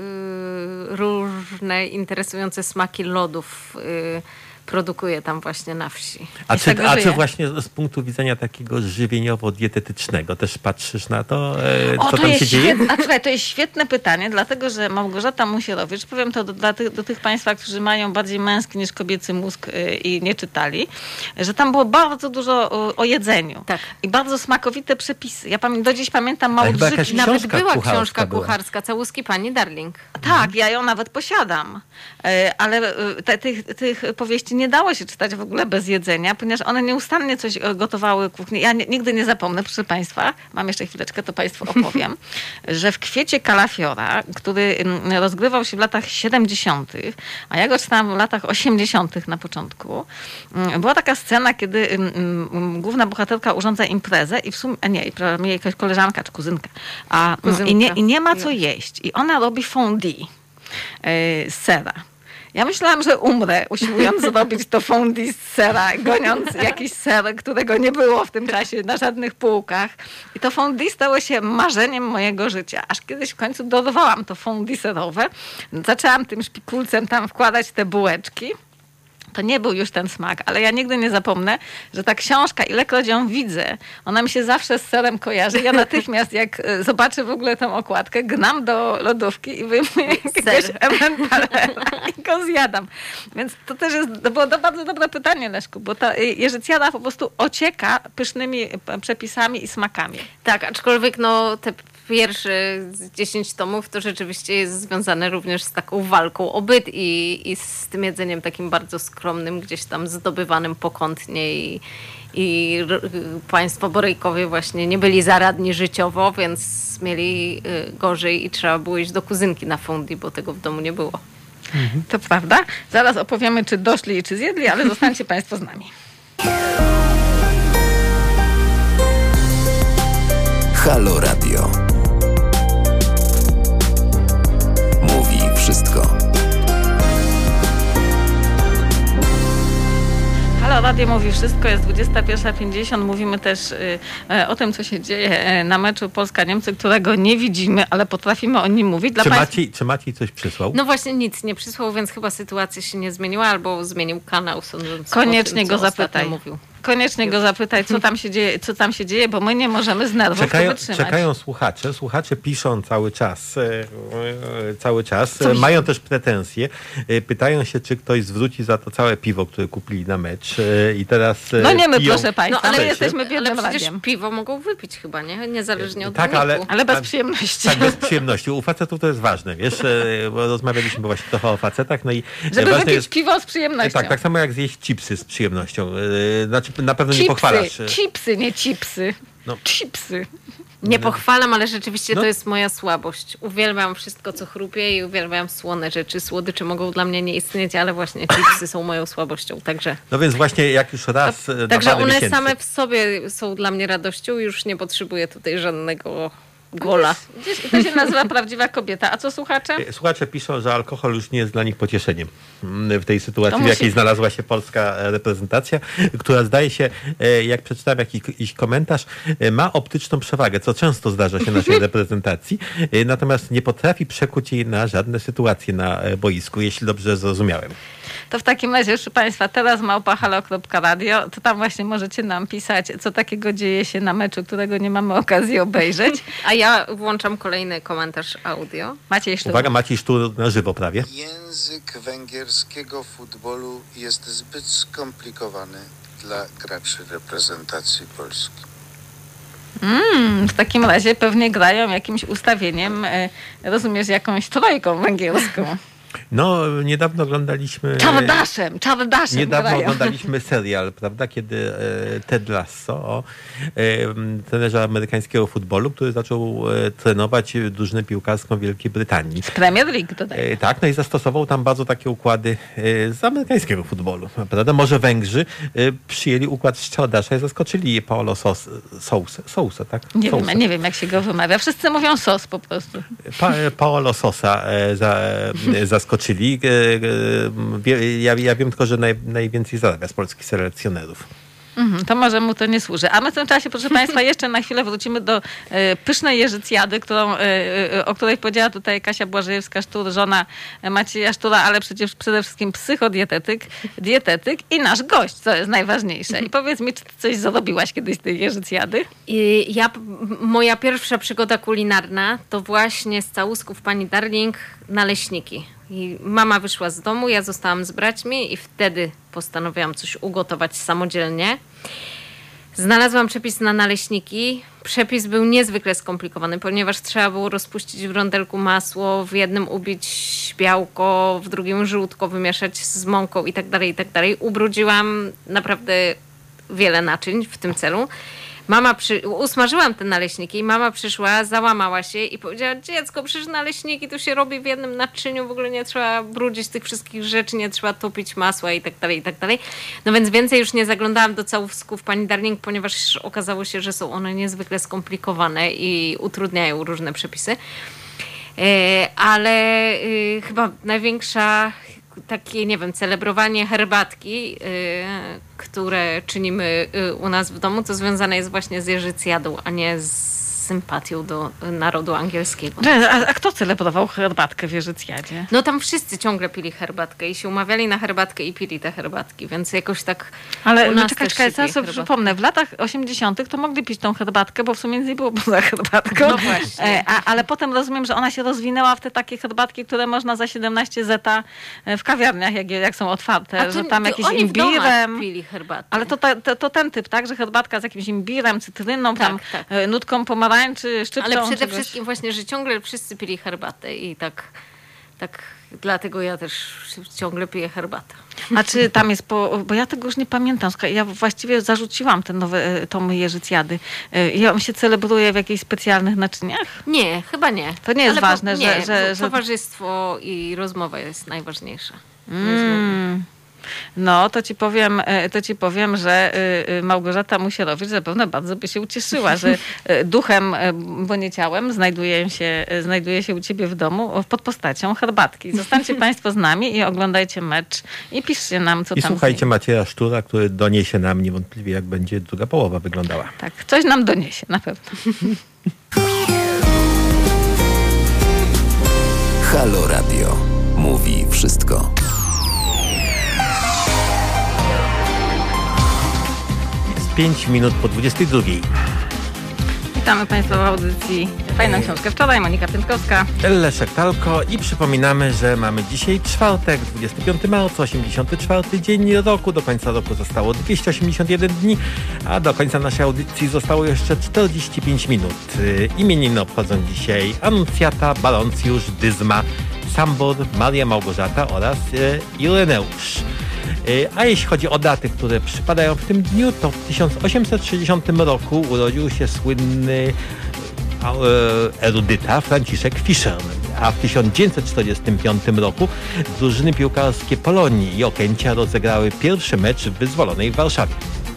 różne, interesujące smaki lodów produkuje tam właśnie na wsi. A czy właśnie z punktu widzenia takiego żywieniowo-dietetycznego też patrzysz na to, co tam się dzieje? Słuchaj, to jest świetne pytanie, dlatego że Małgorzata Musierowicz, powiem to do tych Państwa, którzy mają bardziej męski niż kobiecy mózg i nie czytali, że tam było bardzo dużo o jedzeniu. Tak. I bardzo smakowite przepisy. Ja do dziś pamiętam chyba jakaś Małdrzyki. Nawet książka była kucharska książka była. kucharska, Całuski pani Darling. Tak, ja ją nawet posiadam. Ale tych powieści nie dało się czytać w ogóle bez jedzenia, ponieważ one nieustannie coś gotowały kuchnię. Ja nigdy nie zapomnę, proszę Państwa, mam jeszcze chwileczkę, to Państwu opowiem, że w Kwiecie Kalafiora, który rozgrywał się w latach 70., a ja go czytałam w latach 80. na początku, była taka scena, kiedy główna bohaterka urządza imprezę i w sumie, jej jakaś koleżanka czy kuzynka, i nie ma co jeść. I ona robi fondue z sera. Ja myślałam, że umrę, usiłując zrobić to fondue z sera, goniąc jakiś ser, którego nie było w tym czasie na żadnych półkach. I to fondue stało się marzeniem mojego życia. Aż kiedyś w końcu dorwałam to fondue serowe. Zaczęłam tym szpikulcem tam wkładać te bułeczki. To nie był już ten smak, ale ja nigdy nie zapomnę, że ta książka, ilekroć ją widzę, ona mi się zawsze z serem kojarzy. Ja natychmiast, jak zobaczę w ogóle tę okładkę, gnam do lodówki i wyjmuję jakiegoś Emmentaler'a i go zjadam. Więc to było bardzo dobre pytanie, Leszku, bo ta Jerzycjada po prostu ocieka pysznymi przepisami i smakami. Tak, aczkolwiek no te pierwsze 10 tomów to rzeczywiście jest związane również z taką walką o byt i z tym jedzeniem takim bardzo skromnym, gdzieś tam zdobywanym pokątnie i państwo Borejkowie właśnie nie byli zaradni życiowo, więc mieli gorzej i trzeba było iść do kuzynki na fondue, bo tego w domu nie było. To prawda. Zaraz opowiemy, czy doszli i czy zjedli, ale zostańcie Państwo z nami. Halo Radio. Mówi wszystko. Halo Radio mówi wszystko, jest 21:50. Mówimy też o tym, co się dzieje na meczu Polska-Niemcy, którego nie widzimy, ale potrafimy o nim mówić. Czy Maciej coś przysłał? No właśnie nic nie przysłał, więc chyba sytuacja się nie zmieniła, albo zmienił kanał, sądząc Koniecznie po tym, go co ostatnio zapytaj. mówił. koniecznie go zapytaj, co tam się dzieje, bo my nie możemy z nerwów to wytrzymać. Czekają słuchacze. Słuchacze piszą cały czas. Mają też pretensje. Pytają się, czy ktoś zwróci za to całe piwo, które kupili na mecz. I teraz no nie my, piją, proszę Państwa, ale jesteśmy biednym przecież radiem. piwo mogą wypić chyba, nie? Niezależnie od tak, wyniku. Ale bez przyjemności. Tak, bez przyjemności. U facetów to jest ważne, wiesz, bo rozmawialiśmy właśnie trochę o facetach, no i żeby ważne wypić jest piwo z przyjemnością. tak samo jak zjeść chipsy z przyjemnością. Znaczy, na pewno nie pochwalasz. Chipsy, nie chipsy. No. Chipsy. Nie pochwalam, ale rzeczywiście to jest moja słabość. Uwielbiam wszystko, co chrupie i uwielbiam słone rzeczy. Słodycze mogą dla mnie nie istnieć, ale właśnie chipsy są moją słabością, także... No więc właśnie jak już raz Także one miesięcy. same w sobie są dla mnie radością, już nie potrzebuję tutaj żadnego gola. Gdzieś to się nazywa prawdziwa kobieta. A co słuchacze? Słuchacze piszą, że alkohol już nie jest dla nich pocieszeniem w tej sytuacji, w jakiej znalazła się polska reprezentacja, która zdaje się, jak przeczytałem jakiś komentarz, ma optyczną przewagę, co często zdarza się naszej reprezentacji, natomiast nie potrafi przekuć jej na żadne sytuacje na boisku, jeśli dobrze zrozumiałem. To w takim razie, proszę Państwa, teraz @halo.radio, to tam właśnie możecie nam pisać, co takiego dzieje się na meczu, którego nie mamy okazji obejrzeć. A ja włączam kolejny komentarz audio. Maciej Sztur. Uwaga, Maciej Sztur na żywo prawie. Język węgierskiego futbolu jest zbyt skomplikowany dla graczy reprezentacji Polski. W takim razie pewnie grają jakimś ustawieniem, rozumiesz, jakąś trojką węgierską. No, niedawno oglądaliśmy... Czardaszem Niedawno grają. oglądaliśmy serial, prawda, kiedy Ted Lasso o trenerze amerykańskiego futbolu, który zaczął trenować drużynę piłkarską Wielkiej Brytanii. Premier League dodaj. Tak, no i zastosował tam bardzo takie układy z amerykańskiego futbolu, prawda? Może Węgrzy przyjęli układ z Czardasza i zaskoczyli Paolo Sousa, tak? Nie wiem, jak się go wymawia. Wszyscy mówią sos po prostu. Paolo Sosa zaskoczyli. Ja wiem tylko, że najwięcej zarabia z polskich selekcjonerów. To może mu to nie służy. A my w tym czasie, proszę Państwa, jeszcze na chwilę wrócimy do pysznej jeżycjady, o której powiedziała tutaj Kasia Błażejewska-Sztur, żona Macieja Sztura, ale przecież przede wszystkim psychodietetyk, dietetyk i nasz gość, co jest najważniejsze. I powiedz mi, czy ty coś zrobiłaś kiedyś z tej jeżycjady? Moja pierwsza przygoda kulinarna to właśnie z całusków pani Darling naleśniki. I mama wyszła z domu, ja zostałam z braćmi i wtedy postanowiłam coś ugotować samodzielnie. Znalazłam przepis na naleśniki. Przepis był niezwykle skomplikowany, ponieważ trzeba było rozpuścić w rondelku masło, w jednym ubić białko, w drugim żółtko wymieszać z mąką i tak dalej. Ubrudziłam naprawdę wiele naczyń w tym celu. Usmażyłam te naleśniki i mama przyszła, załamała się i powiedziała: dziecko, przecież naleśniki tu się robi w jednym naczyniu, w ogóle nie trzeba brudzić tych wszystkich rzeczy, nie trzeba topić masła i tak dalej. No więc więcej już nie zaglądałam do całusków pani Darling, ponieważ okazało się, że są one niezwykle skomplikowane i utrudniają różne przepisy. Ale chyba największa takie, nie wiem, celebrowanie herbatki, które czynimy u nas w domu, to związane jest właśnie z jeżycjadą, a nie z sympatią do narodu angielskiego. A kto celebrował herbatkę w jeżycjadzie? No tam wszyscy ciągle pili herbatkę i się umawiali na herbatkę i pili te herbatki, więc jakoś tak. Ale czekaj, ja sobie przypomnę, w latach 80. to mogli pić tą herbatkę, bo w sumie nic nie było poza herbatką. No właśnie. Ale potem rozumiem, że ona się rozwinęła w te takie herbatki, które można za 17 zeta w kawiarniach, jak są otwarte, że tam jakieś imbirem. Pili herbatkę. Ale to ten typ, tak? Że herbatka z jakimś imbirem, cytryną, tam nutką pomarańczy, szczyptą. Ale przede wszystkim właśnie, że ciągle wszyscy pili herbatę i tak dlatego ja też ciągle piję herbatę. A czy tam jest, bo ja tego już nie pamiętam, ja właściwie zarzuciłam tą jeżycjady. I on się celebruje w jakichś specjalnych naczyniach? Nie, chyba nie. To nie jest ważne, że towarzystwo i rozmowa jest najważniejsza. No, to ci powiem, że Małgorzata Musierowicz zapewne bardzo by się ucieszyła, że duchem, bo nie ciałem, znajduje się u ciebie w domu pod postacią herbatki. Zostańcie Państwo z nami i oglądajcie mecz i piszcie nam, co tam. I słuchajcie Macieja Sztura, który doniesie nam niewątpliwie, jak będzie druga połowa wyglądała. Tak, coś nam doniesie, na pewno. Halo Radio. Mówi wszystko. 5 minut po 22. Witamy Państwa w audycji Fajną książkę wczoraj. Monika Piętkowska. Leszek Talko i przypominamy, że mamy dzisiaj czwartek, 25 marca, 84 dzień roku. Do końca roku zostało 281 dni, a do końca naszej audycji zostało jeszcze 45 minut. Imieniny obchodzą dzisiaj Anuncjata, Baloncjusz, Dyzma, Sambor, Maria Małgorzata oraz Ireneusz. A jeśli chodzi o daty, które przypadają w tym dniu, to w 1860 roku urodził się słynny erudyta Franciszek Fischer, a w 1945 roku drużyny piłkarskie Polonii i Okęcia rozegrały pierwszy mecz w wyzwolonej Warszawie.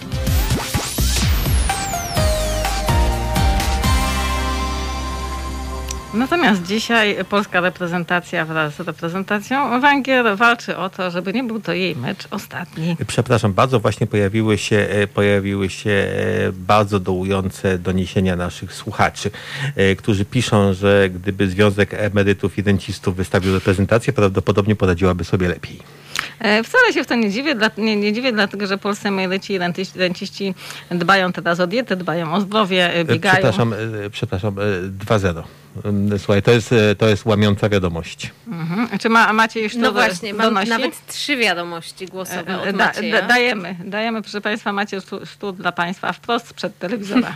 Natomiast dzisiaj polska reprezentacja wraz z reprezentacją Węgier walczy o to, żeby nie był to jej mecz ostatni. Przepraszam bardzo, właśnie pojawiły się bardzo dołujące doniesienia naszych słuchaczy, którzy piszą, że gdyby Związek Emerytów i Rencistów wystawił reprezentację, prawdopodobnie poradziłaby sobie lepiej. Wcale się w to nie dziwię, nie dziwię, dlatego że polscy emeryci i renciści dbają teraz o dietę, dbają o zdrowie, biegają. Przepraszam, 2-0. Słuchaj, to jest łamiąca wiadomość. Mhm. Czy macie już to No właśnie, mam donosi? nawet 3 wiadomości głosowe od Macieja. Dajemy, proszę Państwa, macie tu dla Państwa wprost sprzed telewizora.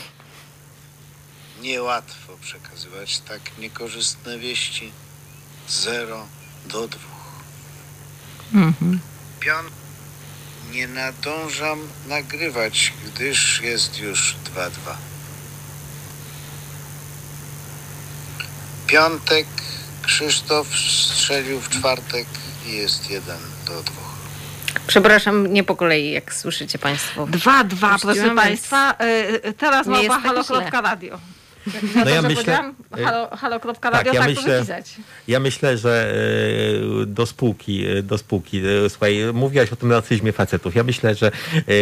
Niełatwo przekazywać tak niekorzystne wieści. 0-2. Piąt. Nie nadążam nagrywać, gdyż jest już 2-2. Piątek Krzysztof strzelił w czwartek i jest 1-2. Przepraszam, nie po kolei, jak słyszycie Państwo. 2-2, proszę Więc Państwa. Teraz nie jest mapa tak halo.radio. No ja myślę, halo.radio, tak to wypisać. Ja myślę, że do spółki, słuchaj, mówiłaś o tym narcyzmie facetów. Ja myślę, że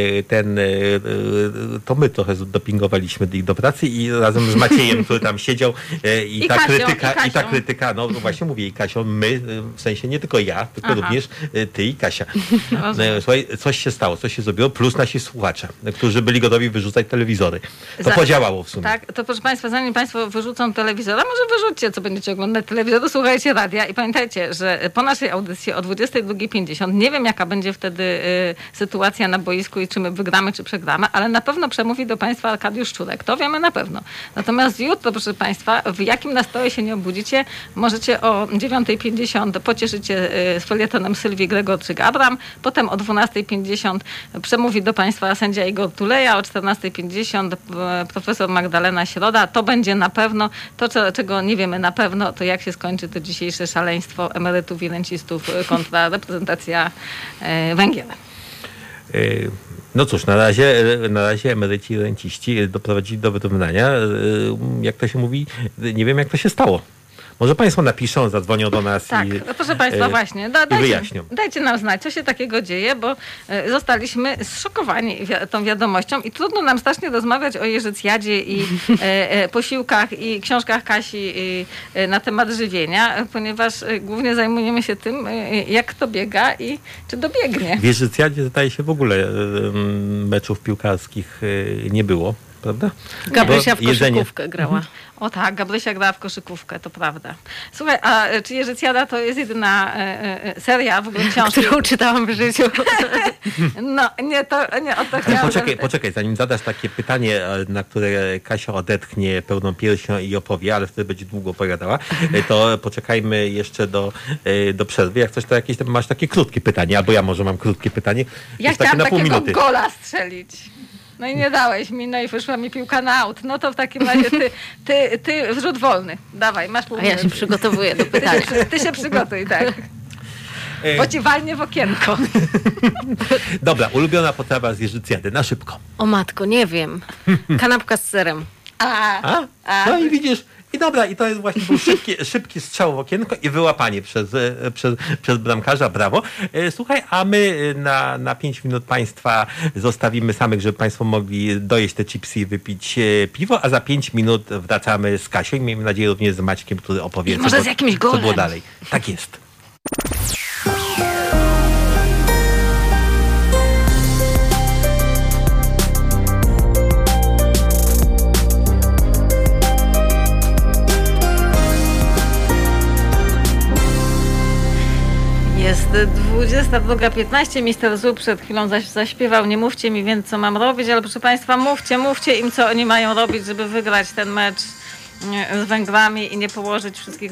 to my trochę dopingowaliśmy ich do pracy i razem z Maciejem, który tam siedział i ta krytyka, no właśnie mówię, i Kasią, my, w sensie nie tylko ja, tylko również ty i Kasia. Słuchaj, coś się stało, coś się zrobiło, plus nasi słuchacze, którzy byli gotowi wyrzucać telewizory. To podziałało w sumie. Tak, to proszę Państwa, zanim Państwo wyrzucą telewizora, może wyrzućcie, co będziecie oglądać telewizor, słuchajcie radia i pamiętajcie, że po naszej audycji o 22:50, nie wiem jaka będzie wtedy sytuacja na boisku i czy my wygramy, czy przegramy, ale na pewno przemówi do Państwa Arkadiusz Szczurek, to wiemy na pewno. Natomiast jutro, proszę Państwa, w jakim nastroju się nie obudzicie, możecie o 9:50 pocieszyć się z felietonem Sylwii Gregorczyk-Abram, potem o 12:50 przemówi do Państwa sędzia Igor Tuleja, o 14:50 profesor Magdalena Środa. To będzie na pewno. To, czego nie wiemy na pewno, to jak się skończy to dzisiejsze szaleństwo emerytów i rencistów kontra reprezentacja Węgier. No cóż, na razie emeryci i renciści doprowadzili do wyrównania. Jak to się mówi, nie wiem jak to się stało. Może Państwo napiszą, zadzwonią do nas tak, proszę Państwa, właśnie. Wyjaśnią. Dajcie nam znać, co się takiego dzieje, bo zostaliśmy zszokowani tą wiadomością i trudno nam strasznie rozmawiać o jeżycjadzie i posiłkach i książkach Kasi na temat żywienia, ponieważ głównie zajmujemy się tym, jak to biega i czy dobiegnie. W jeżycjadzie zdaje się w ogóle meczów piłkarskich nie było. Prawda? Gabrysia w koszykówkę grała. O tak, Gabrysia grała w koszykówkę, to prawda. Słuchaj, a czy Jeżycjada to jest jedyna seria w ogóle książki, którą czytałam w życiu? No, nie o to chciałam. Poczekaj, zanim zadasz takie pytanie, na które Kasia odetchnie pełną piersią i opowie, ale wtedy będzie długo opowiadała, to poczekajmy jeszcze do przerwy. Jak coś, to jakieś masz takie krótkie pytanie, albo ja może mam krótkie pytanie. Ja chciałam takiego gola strzelić. No i nie dałeś mi, no i wyszła mi piłka na aut. No to w takim razie ty wrzut wolny. Dawaj, masz pół minuty. A ja się przygotowuję do pytania. Ty się przygotuj, tak. Bo ci walnie w okienko. Dobra, ulubiona potrawa z jeżycjady, na szybko. O matko, nie wiem. Kanapka z serem. No i widzisz, i dobra, i to jest właśnie był szybki strzał w okienko i wyłapanie przez bramkarza, brawo. Słuchaj, a my na 5 minut Państwa zostawimy samych, żeby Państwo mogli dojeść te chipsy i wypić piwo, a za 5 minut wracamy z Kasią i miejmy nadzieję również z Maćkiem, który opowie, może z jakimś golem. Co było dalej. Tak jest. 22:15. Mister Zu przed chwilą zaśpiewał Nie mówcie mi więc, co mam robić, ale proszę Państwa, mówcie im, co oni mają robić, żeby wygrać ten mecz z Węgrami i nie położyć wszystkich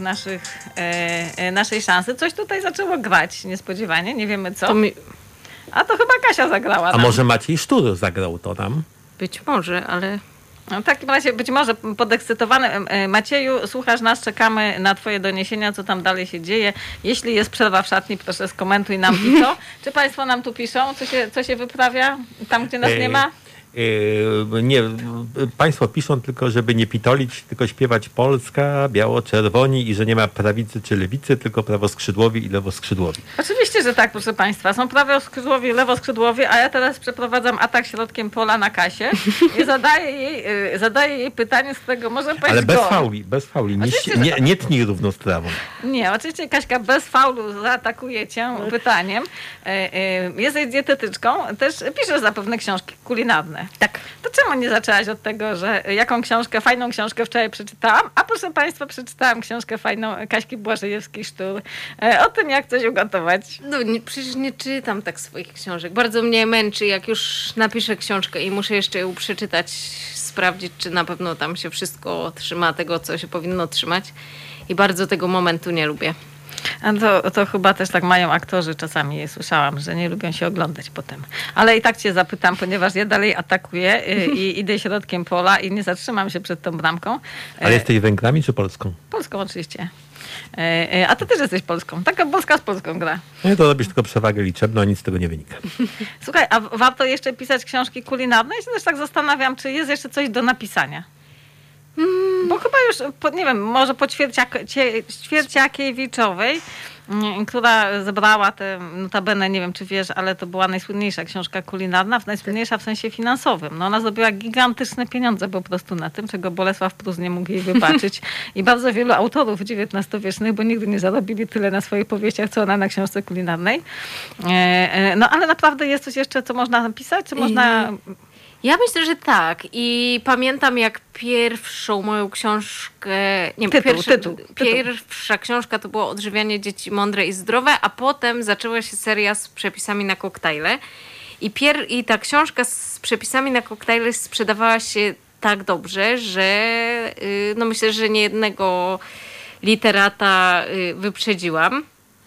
naszej szansy. Coś tutaj zaczęło grać niespodziewanie, nie wiemy co. A to chyba Kasia zagrała. A może Maciej Sztur zagrał to nam? Być może, ale... No, w takim razie być może podekscytowany. Macieju, słuchasz nas, czekamy na twoje doniesienia, co tam dalej się dzieje. Jeśli jest przerwa w szatni, proszę skomentuj nam i to. Czy Państwo nam tu piszą, co się wyprawia tam, gdzie nas nie ma? Nie, Państwo piszą tylko, żeby nie pitolić, tylko śpiewać Polska, biało-czerwoni i że nie ma prawicy czy lewicy, tylko prawoskrzydłowi i lewoskrzydłowi. Oczywiście, że tak, proszę Państwa. Są prawoskrzydłowi i lewoskrzydłowi, a ja teraz przeprowadzam atak środkiem pola na Kasię i zadaję jej pytanie, z którego może paść Ale gol. bez fauli. Oczywiście, Nie tnij równo strawą. Nie, oczywiście Kaśka bez faulu zaatakuje cię pytaniem. Jesteś dietetyczką, też piszesz zapewne książki kulinarne. Tak. To czemu nie zaczęłaś od tego, że fajną książkę wczoraj przeczytałam, a proszę Państwa, przeczytałam książkę fajną Kaśki Błażejewskiej-Sztur o tym, jak coś ugotować. No przecież nie czytam tak swoich książek. Bardzo mnie męczy, jak już napiszę książkę i muszę jeszcze ją przeczytać, sprawdzić, czy na pewno tam się wszystko trzyma tego, co się powinno trzymać. I bardzo tego momentu nie lubię. A to chyba też tak mają aktorzy, czasami słyszałam, że nie lubią się oglądać potem. Ale i tak cię zapytam, ponieważ ja dalej atakuję i idę środkiem pola i nie zatrzymam się przed tą bramką. Ale jesteś Węgrami czy Polską? Polską oczywiście. A ty też jesteś Polską. Taka Polska z Polską gra. No to robisz tylko przewagę liczebną, a nic z tego nie wynika. Słuchaj, a warto jeszcze pisać książki kulinarne? Ja się też tak zastanawiam, czy jest jeszcze coś do napisania. Bo chyba już, nie wiem, może po Ćwierciakiewiczowej, która zebrała te, notabene, nie wiem czy wiesz, ale to była najsłynniejsza książka kulinarna, najsłynniejsza w sensie finansowym. No ona zrobiła gigantyczne pieniądze po prostu na tym, czego Bolesław Prus nie mógł jej wybaczyć. I bardzo wielu autorów XIX-wiecznych, bo nigdy nie zarobili tyle na swoich powieściach, co ona na książce kulinarnej. No ale naprawdę jest coś jeszcze, co można napisać? Co można... Ja myślę, że tak. I pamiętam, jak pierwszą moją książkę... Pierwsza książka to było Odżywianie dzieci mądre i zdrowe, a potem zaczęła się seria z przepisami na koktajle. I ta książka z przepisami na koktajle sprzedawała się tak dobrze, że no myślę, że niejednego literata wyprzedziłam.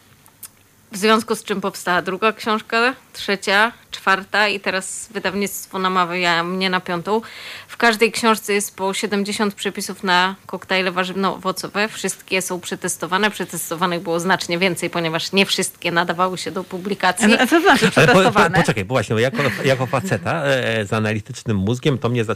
W związku z czym powstała druga książka, trzecia, czwarta i teraz wydawnictwo namawia mnie na 5. W każdej książce jest po 70 przepisów na koktajle warzywno-owocowe. Wszystkie są przetestowane. Przetestowanych było znacznie więcej, ponieważ nie wszystkie nadawały się do publikacji. Co to znaczy przetestowane? Poczekaj, bo właśnie jako faceta z analitycznym mózgiem to mnie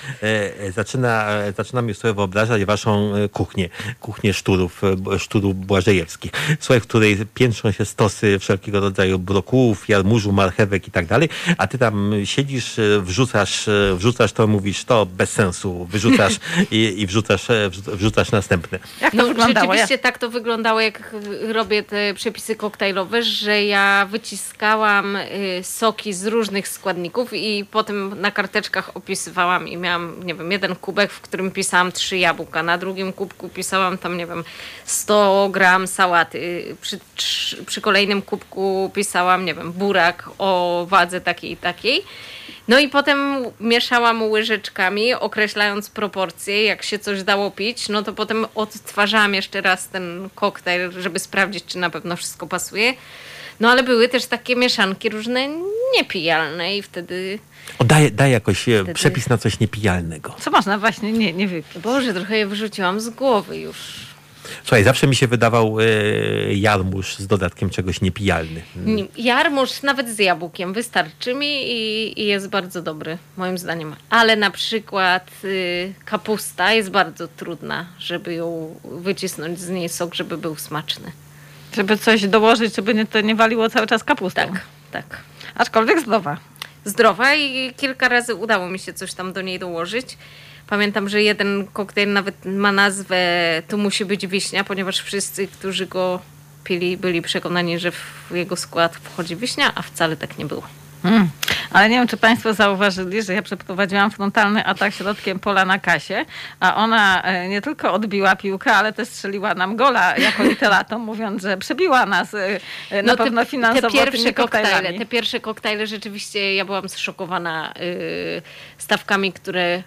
zaczynam już sobie wyobrażać waszą kuchnię szturów błażejewskich. Słuchaj, w której piętrzą się stosy wszelkiego rodzaju brokułów, jarmużu, marchewek i tak dalej, a ty tam siedzisz, wrzucasz to, mówisz to bez sensu, wyrzucasz i wrzucasz następne. Jak to wyglądało? Rzeczywiście tak to wyglądało, jak robię te przepisy koktajlowe, że ja wyciskałam soki z różnych składników i potem na karteczkach opisywałam i miałam, nie wiem, jeden kubek, w którym pisałam 3 jabłka, na drugim kubku pisałam tam, nie wiem, 100 gram sałaty, przy kolejnym kubku pisałam, nie wiem, burak o wadze takiej i takiej. No i potem mieszałam łyżeczkami, określając proporcje. Jak się coś dało pić, no to potem odtwarzałam jeszcze raz ten koktajl, żeby sprawdzić, czy na pewno wszystko pasuje. No ale były też takie mieszanki różne niepijalne i wtedy... Daj jakoś przepis na coś niepijalnego. Co można właśnie nie wypić? Boże, trochę je wyrzuciłam z głowy już. Słuchaj, zawsze mi się wydawał jarmuż z dodatkiem czegoś niepijalny. Jarmuż nawet z jabłkiem wystarczy mi i jest bardzo dobry, moim zdaniem. Ale na przykład kapusta jest bardzo trudna, żeby ją wycisnąć z niej sok, żeby był smaczny. Żeby coś dołożyć, żeby to nie waliło cały czas kapustą. Tak. Aczkolwiek zdrowa. Zdrowa i kilka razy udało mi się coś tam do niej dołożyć. Pamiętam, że jeden koktajl nawet ma nazwę Tu musi być wiśnia, ponieważ wszyscy, którzy go pili, byli przekonani, że w jego skład wchodzi wiśnia, a wcale tak nie było. Ale nie wiem, czy państwo zauważyli, że ja przeprowadziłam frontalny atak środkiem pola na Kasię, a ona nie tylko odbiła piłkę, ale też strzeliła nam gola jako literatom, mówiąc, że przebiła nas na pewno finansowo tymi koktajlami. Te pierwsze koktajle rzeczywiście ja byłam zszokowana stawkami, które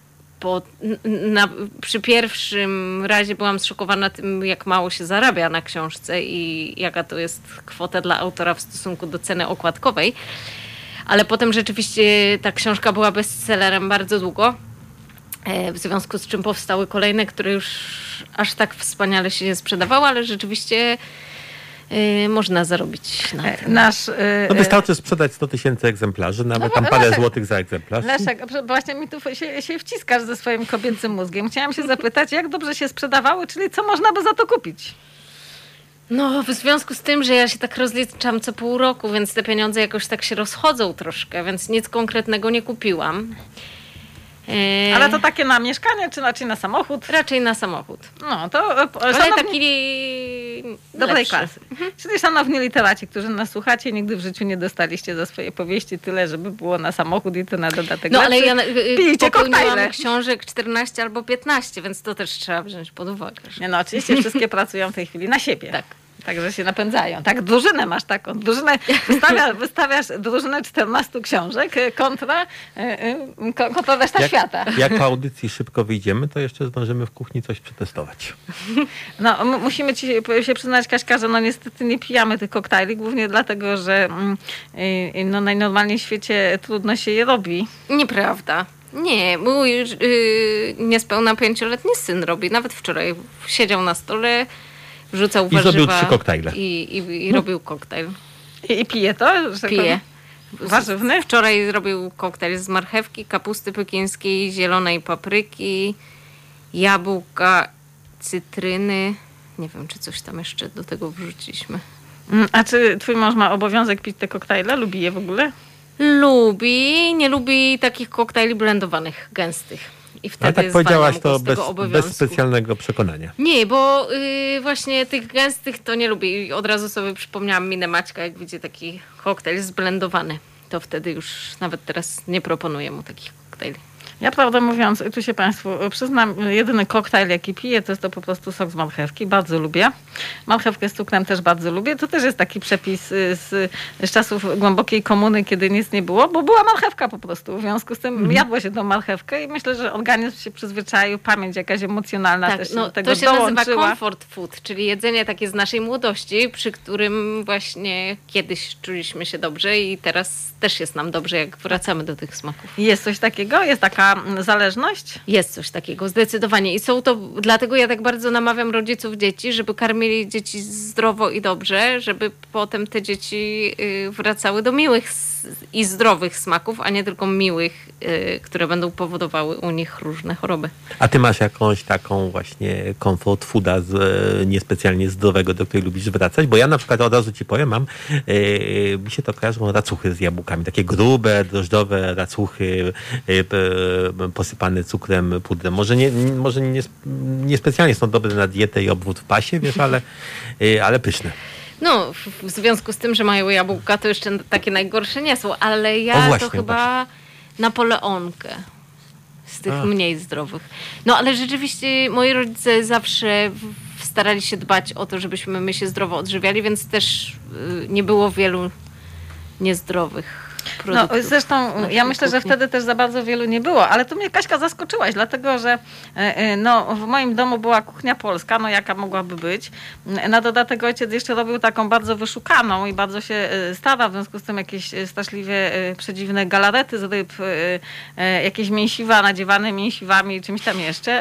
przy pierwszym razie byłam zszokowana tym, jak mało się zarabia na książce i jaka to jest kwota dla autora w stosunku do ceny okładkowej. Ale potem rzeczywiście ta książka była bestsellerem bardzo długo, w związku z czym powstały kolejne, które już aż tak wspaniale się nie sprzedawały, ale rzeczywiście można zarobić na tym. Wystarczy sprzedać 100 000 egzemplarzy, nawet tam parę złotych za egzemplarz. Leszek, właśnie mi tu się wciskasz ze swoim kobiecym mózgiem. Chciałam się zapytać, jak dobrze się sprzedawały, czyli co można by za to kupić? No, w związku z tym, że ja się tak rozliczam co pół roku, więc te pieniądze jakoś tak się rozchodzą troszkę, więc nic konkretnego nie kupiłam. Ale to takie na mieszkanie, czy raczej na samochód? Raczej na samochód. No, to ale taki dobrej klasy. Czyli szanowni literaci, którzy nas słuchacie, nigdy w życiu nie dostaliście za swoje powieści tyle, żeby było na samochód i to na dodatek. No, ale ja popełniłam książek 14 albo 15, więc to też trzeba wziąć pod uwagę. Nie, no oczywiście wszystkie pracują w tej chwili na siebie. Tak. Także się napędzają. Tak, drużynę masz taką. Wystawiasz drużynę 14 książek kontra reszta świata. Jak po audycji szybko wyjdziemy, to jeszcze zdążymy w kuchni coś przetestować. No, musimy ci się przyznać, Kaśka, że no niestety nie pijamy tych koktajli, głównie dlatego, że no, najnormalniej w świecie trudno się je robi. Nieprawda. Nie, mój niespełna 5-letni syn robi. Nawet wczoraj siedział na stole, wrzucał warzywa. I zrobił 3 koktajle. I robił koktajl. I pije to? Pije. Warzywny? Wczoraj zrobił koktajl z marchewki, kapusty pekińskiej, zielonej papryki, jabłka, cytryny. Nie wiem, czy coś tam jeszcze do tego wrzuciliśmy. A czy twój mąż ma obowiązek pić te koktajle? Lubi je w ogóle? Lubi. Nie lubi takich koktajli blendowanych, gęstych. I wtedy tak powiedziałaś to bez specjalnego przekonania. Nie, bo właśnie tych gęstych to nie lubię. I od razu sobie przypomniałam minę Maćka, jak widzi taki koktajl zblendowany. To wtedy już nawet teraz nie proponuję mu takich koktajli. Ja prawdę mówiąc, tu się państwu przyznam, jedyny koktajl jaki piję, to jest to po prostu sok z marchewki. Bardzo lubię. Marchewkę z cukrem też bardzo lubię. To też jest taki przepis z czasów głębokiej komuny, kiedy nic nie było, bo była marchewka po prostu. W związku z tym jadło się tą marchewkę i myślę, że organizm się przyzwyczaił, pamięć jakaś emocjonalna też się do tego dołączyła. To się nazywa comfort food, czyli jedzenie takie z naszej młodości, przy którym właśnie kiedyś czuliśmy się dobrze i teraz też jest nam dobrze, jak wracamy do tych smaków. Jest coś takiego? Jest taka zależność? Jest coś takiego, zdecydowanie. I dlatego ja tak bardzo namawiam rodziców dzieci, żeby karmili dzieci zdrowo i dobrze, żeby potem te dzieci wracały do miłych i zdrowych smaków, a nie tylko miłych, które będą powodowały u nich różne choroby. A ty masz jakąś taką właśnie comfort fooda niespecjalnie zdrowego, do której lubisz wracać? Bo ja na przykład od razu ci powiem, mi się to kojarzą racuchy z jabłkami. Takie grube, drożdżowe racuchy posypane cukrem, pudrem. Może niespecjalnie są dobre na dietę i obwód w pasie, wiesz, ale pyszne. No, w związku z tym, że mają jabłka, to jeszcze takie najgorsze nie są, ale ja to chyba Napoleonkę z tych mniej zdrowych. No, ale rzeczywiście moi rodzice zawsze starali się dbać o to, żebyśmy my się zdrowo odżywiali, więc też nie było wielu niezdrowych produktów. No, zresztą ja myślę, że wtedy też za bardzo wielu nie było, ale tu mnie, Kaśka, zaskoczyłaś, dlatego że no, w moim domu była kuchnia polska, no jaka mogłaby być. Na dodatek ojciec jeszcze robił taką bardzo wyszukaną i bardzo się starał, w związku z tym jakieś straszliwie przedziwne galarety z ryb, jakieś mięsiwa nadziewane mięsiwami i czymś tam jeszcze.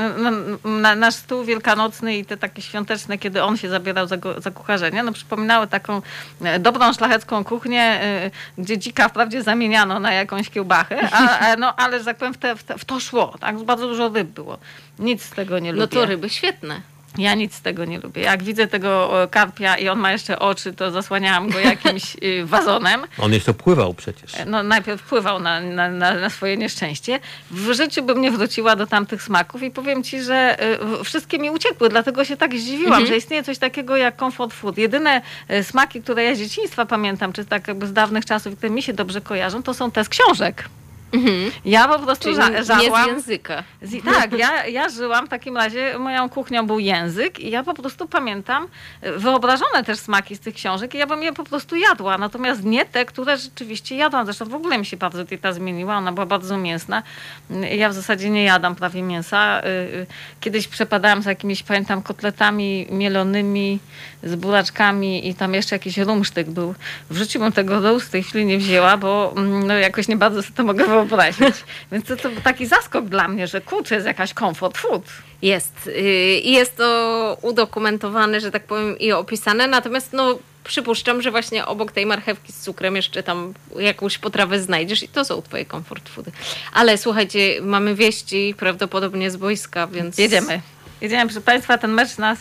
Nasz stół wielkanocny i te takie świąteczne, kiedy on się zabierał za kucharzenie, no przypominały taką dobrą, szlachecką kuchnię, gdzie dzika wprawdzie zamieniano na jakąś kiełbachę, ale że tak powiem w to szło. Tak? Bardzo dużo ryb było. Nic z tego nie lubię. No to ryby świetne. Ja nic z tego nie lubię. Jak widzę tego karpia i on ma jeszcze oczy, to zasłaniałam go jakimś wazonem. On jeszcze pływał przecież. No najpierw wpływał na swoje nieszczęście. W życiu bym nie wróciła do tamtych smaków i powiem ci, że wszystkie mi uciekły, dlatego się tak zdziwiłam, że istnieje coś takiego jak comfort food. Jedyne smaki, które ja z dzieciństwa pamiętam, czy tak jakby z dawnych czasów, które mi się dobrze kojarzą, to są te z książek. Ja po prostu żarłam. Nie z języka. Tak, ja żyłam w takim razie, moją kuchnią był język i ja po prostu pamiętam wyobrażone też smaki z tych książek i ja bym je po prostu jadła, natomiast nie te, które rzeczywiście jadłam. Zresztą w ogóle mi się bardzo dieta zmieniła, ona była bardzo mięsna. Ja w zasadzie nie jadam prawie mięsa. Kiedyś przepadałam z jakimiś, pamiętam, kotletami mielonymi, z buraczkami i tam jeszcze jakiś rumsztyk był. W życiu bym tego dołu w tej chwili nie wzięła, bo no, jakoś nie bardzo sobie to mogę wyobrazić. Więc to był taki zaskok dla mnie, że kurczę, jest jakaś comfort food. Jest. I jest to udokumentowane, że tak powiem, i opisane. Natomiast no, przypuszczam, że właśnie obok tej marchewki z cukrem jeszcze tam jakąś potrawę znajdziesz i to są twoje comfort foody. Ale słuchajcie, mamy wieści prawdopodobnie z boiska, więc... Jedziemy, proszę Państwa, ten mecz nas...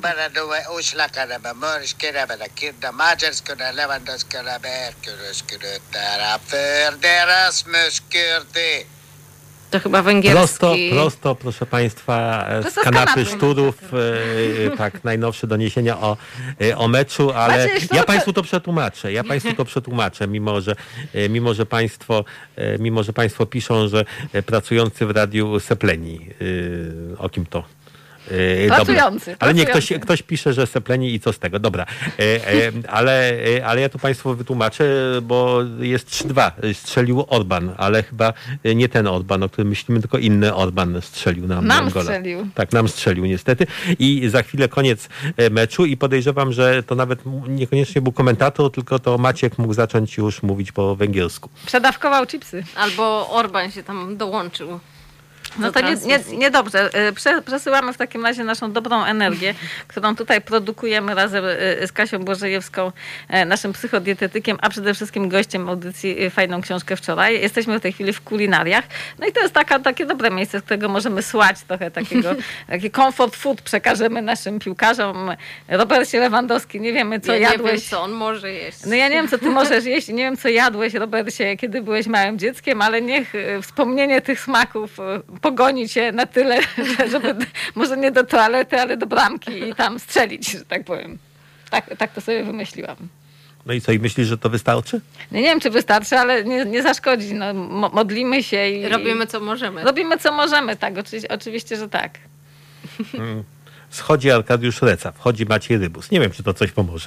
To chyba węgierski. Prosto, proszę Państwa, z kanapy Szturów, tak, najnowsze doniesienia o meczu, ale ja Państwu to przetłumaczę, mimo że Państwo piszą, że pracujący w radiu Sepleni, o kim to? Pracujący. Ale nie, ktoś pisze, że Sepleni i co z tego. Dobra. Ale ja tu Państwu wytłumaczę, bo jest 3-2. Strzelił Orban, ale chyba nie ten Orban, o którym myślimy, tylko inny Orban strzelił nam gola. Strzelił. Tak, nam strzelił niestety. I za chwilę koniec meczu i podejrzewam, że to nawet niekoniecznie był komentator, tylko to Maciek mógł zacząć już mówić po węgiersku. Przedawkował chipsy. Albo Orban się tam dołączył. No to niedobrze. Przesyłamy w takim razie naszą dobrą energię, którą tutaj produkujemy razem z Kasią Błażejewską, naszym psychodietetykiem, a przede wszystkim gościem audycji Fajną Książkę Wczoraj. Jesteśmy w tej chwili w kulinariach. No i to jest takie dobre miejsce, z którego możemy słać trochę taki comfort food przekażemy naszym piłkarzom. Robercie Lewandowski, nie wiemy, co jadłeś. Nie wiem, co on może jeść. No ja nie wiem, co ty możesz jeść i nie wiem, co jadłeś, Robercie, kiedy byłeś małym dzieckiem, ale niech wspomnienie tych smaków pogoni cię na tyle, żeby może nie do toalety, ale do bramki i tam strzelić, że tak powiem. Tak to sobie wymyśliłam. No i co, i myślisz, że to wystarczy? Nie wiem, czy wystarczy, ale nie zaszkodzi. No, modlimy się i... Robimy, co możemy. Robimy, co możemy, tak. Oczywiście, że tak. Schodzi Arkadiusz Reca, wchodzi Maciej Rybus. Nie wiem, czy to coś pomoże.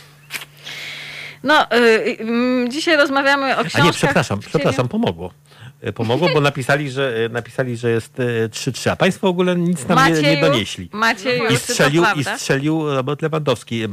No, dzisiaj rozmawiamy o książkach... A nie, przepraszam, pomogło, bo napisali, że jest 3-3, a Państwo w ogóle nic nam nie donieśli. Strzelił Robert Lewandowski.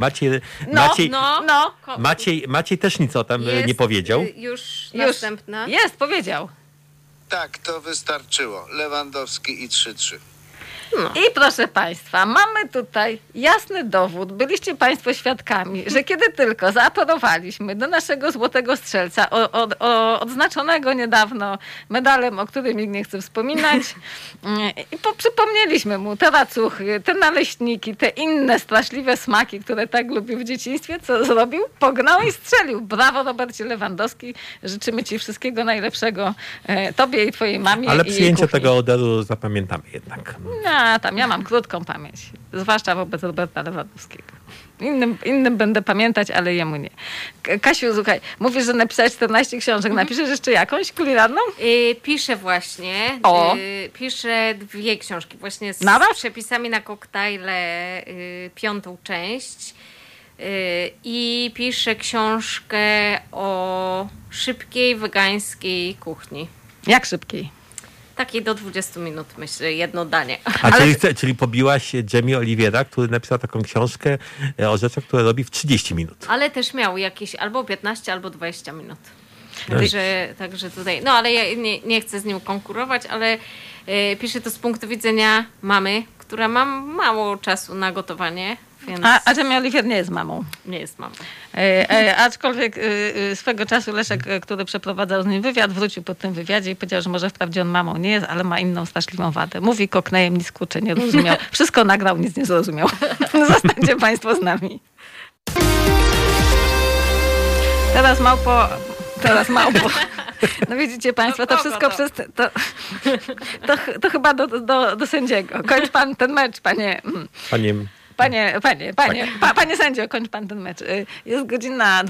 Maciej też nic o tym nie powiedział. Już następna. Jest, powiedział. Tak, to wystarczyło. Lewandowski i 3-3. No. I proszę Państwa, mamy tutaj jasny dowód, byliście Państwo świadkami, że kiedy tylko zaaperowaliśmy do naszego złotego strzelca, odznaczonego niedawno medalem, o którym nikt nie chce wspominać, i przypomnieliśmy mu te racuchy, te naleśniki, te inne straszliwe smaki, które tak lubił w dzieciństwie, co zrobił? Pognał i strzelił. Brawo, Robercie Lewandowski, życzymy Ci wszystkiego najlepszego, Tobie i Twojej mamie. Ale przyjęcie tego orderu zapamiętamy jednak. Ja mam krótką pamięć, zwłaszcza wobec Roberta Lewandowskiego. Innym będę pamiętać, ale jemu nie. Kasiu, słuchaj, mówisz, że napisałeś 14 książek. Napiszesz jeszcze jakąś kulinarną? Piszę właśnie. Piszę 2 książki właśnie z przepisami na koktajle, 5. część. I piszę książkę o szybkiej, wegańskiej kuchni. Jak szybkiej? Takiej do 20 minut, myślę, jedno danie. Czyli pobiłaś Jamie Olivera, który napisał taką książkę o rzeczach, które robi w 30 minut. Ale też miał jakieś albo 15, albo 20 minut. Także tutaj, no ale ja nie chcę z nim konkurować, ale piszę to z punktu widzenia mamy, która ma mało czasu na gotowanie Więc A Jamie Oliver nie jest mamą. nie jest mamą. Aczkolwiek swego czasu Leszek, który przeprowadzał z nim wywiad, wrócił po tym wywiadzie i powiedział, że może wprawdzie on mamą nie jest, ale ma inną straszliwą wadę. Mówi koknejem, nic kurczę nie rozumiał. Wszystko nagrał, nic nie zrozumiał. Zostańcie państwo z nami. Teraz małpo. No widzicie państwo, to wszystko przez... To chyba do sędziego. Kończ pan ten mecz, panie... Panie sędzio, kończ pan ten mecz. Jest godzina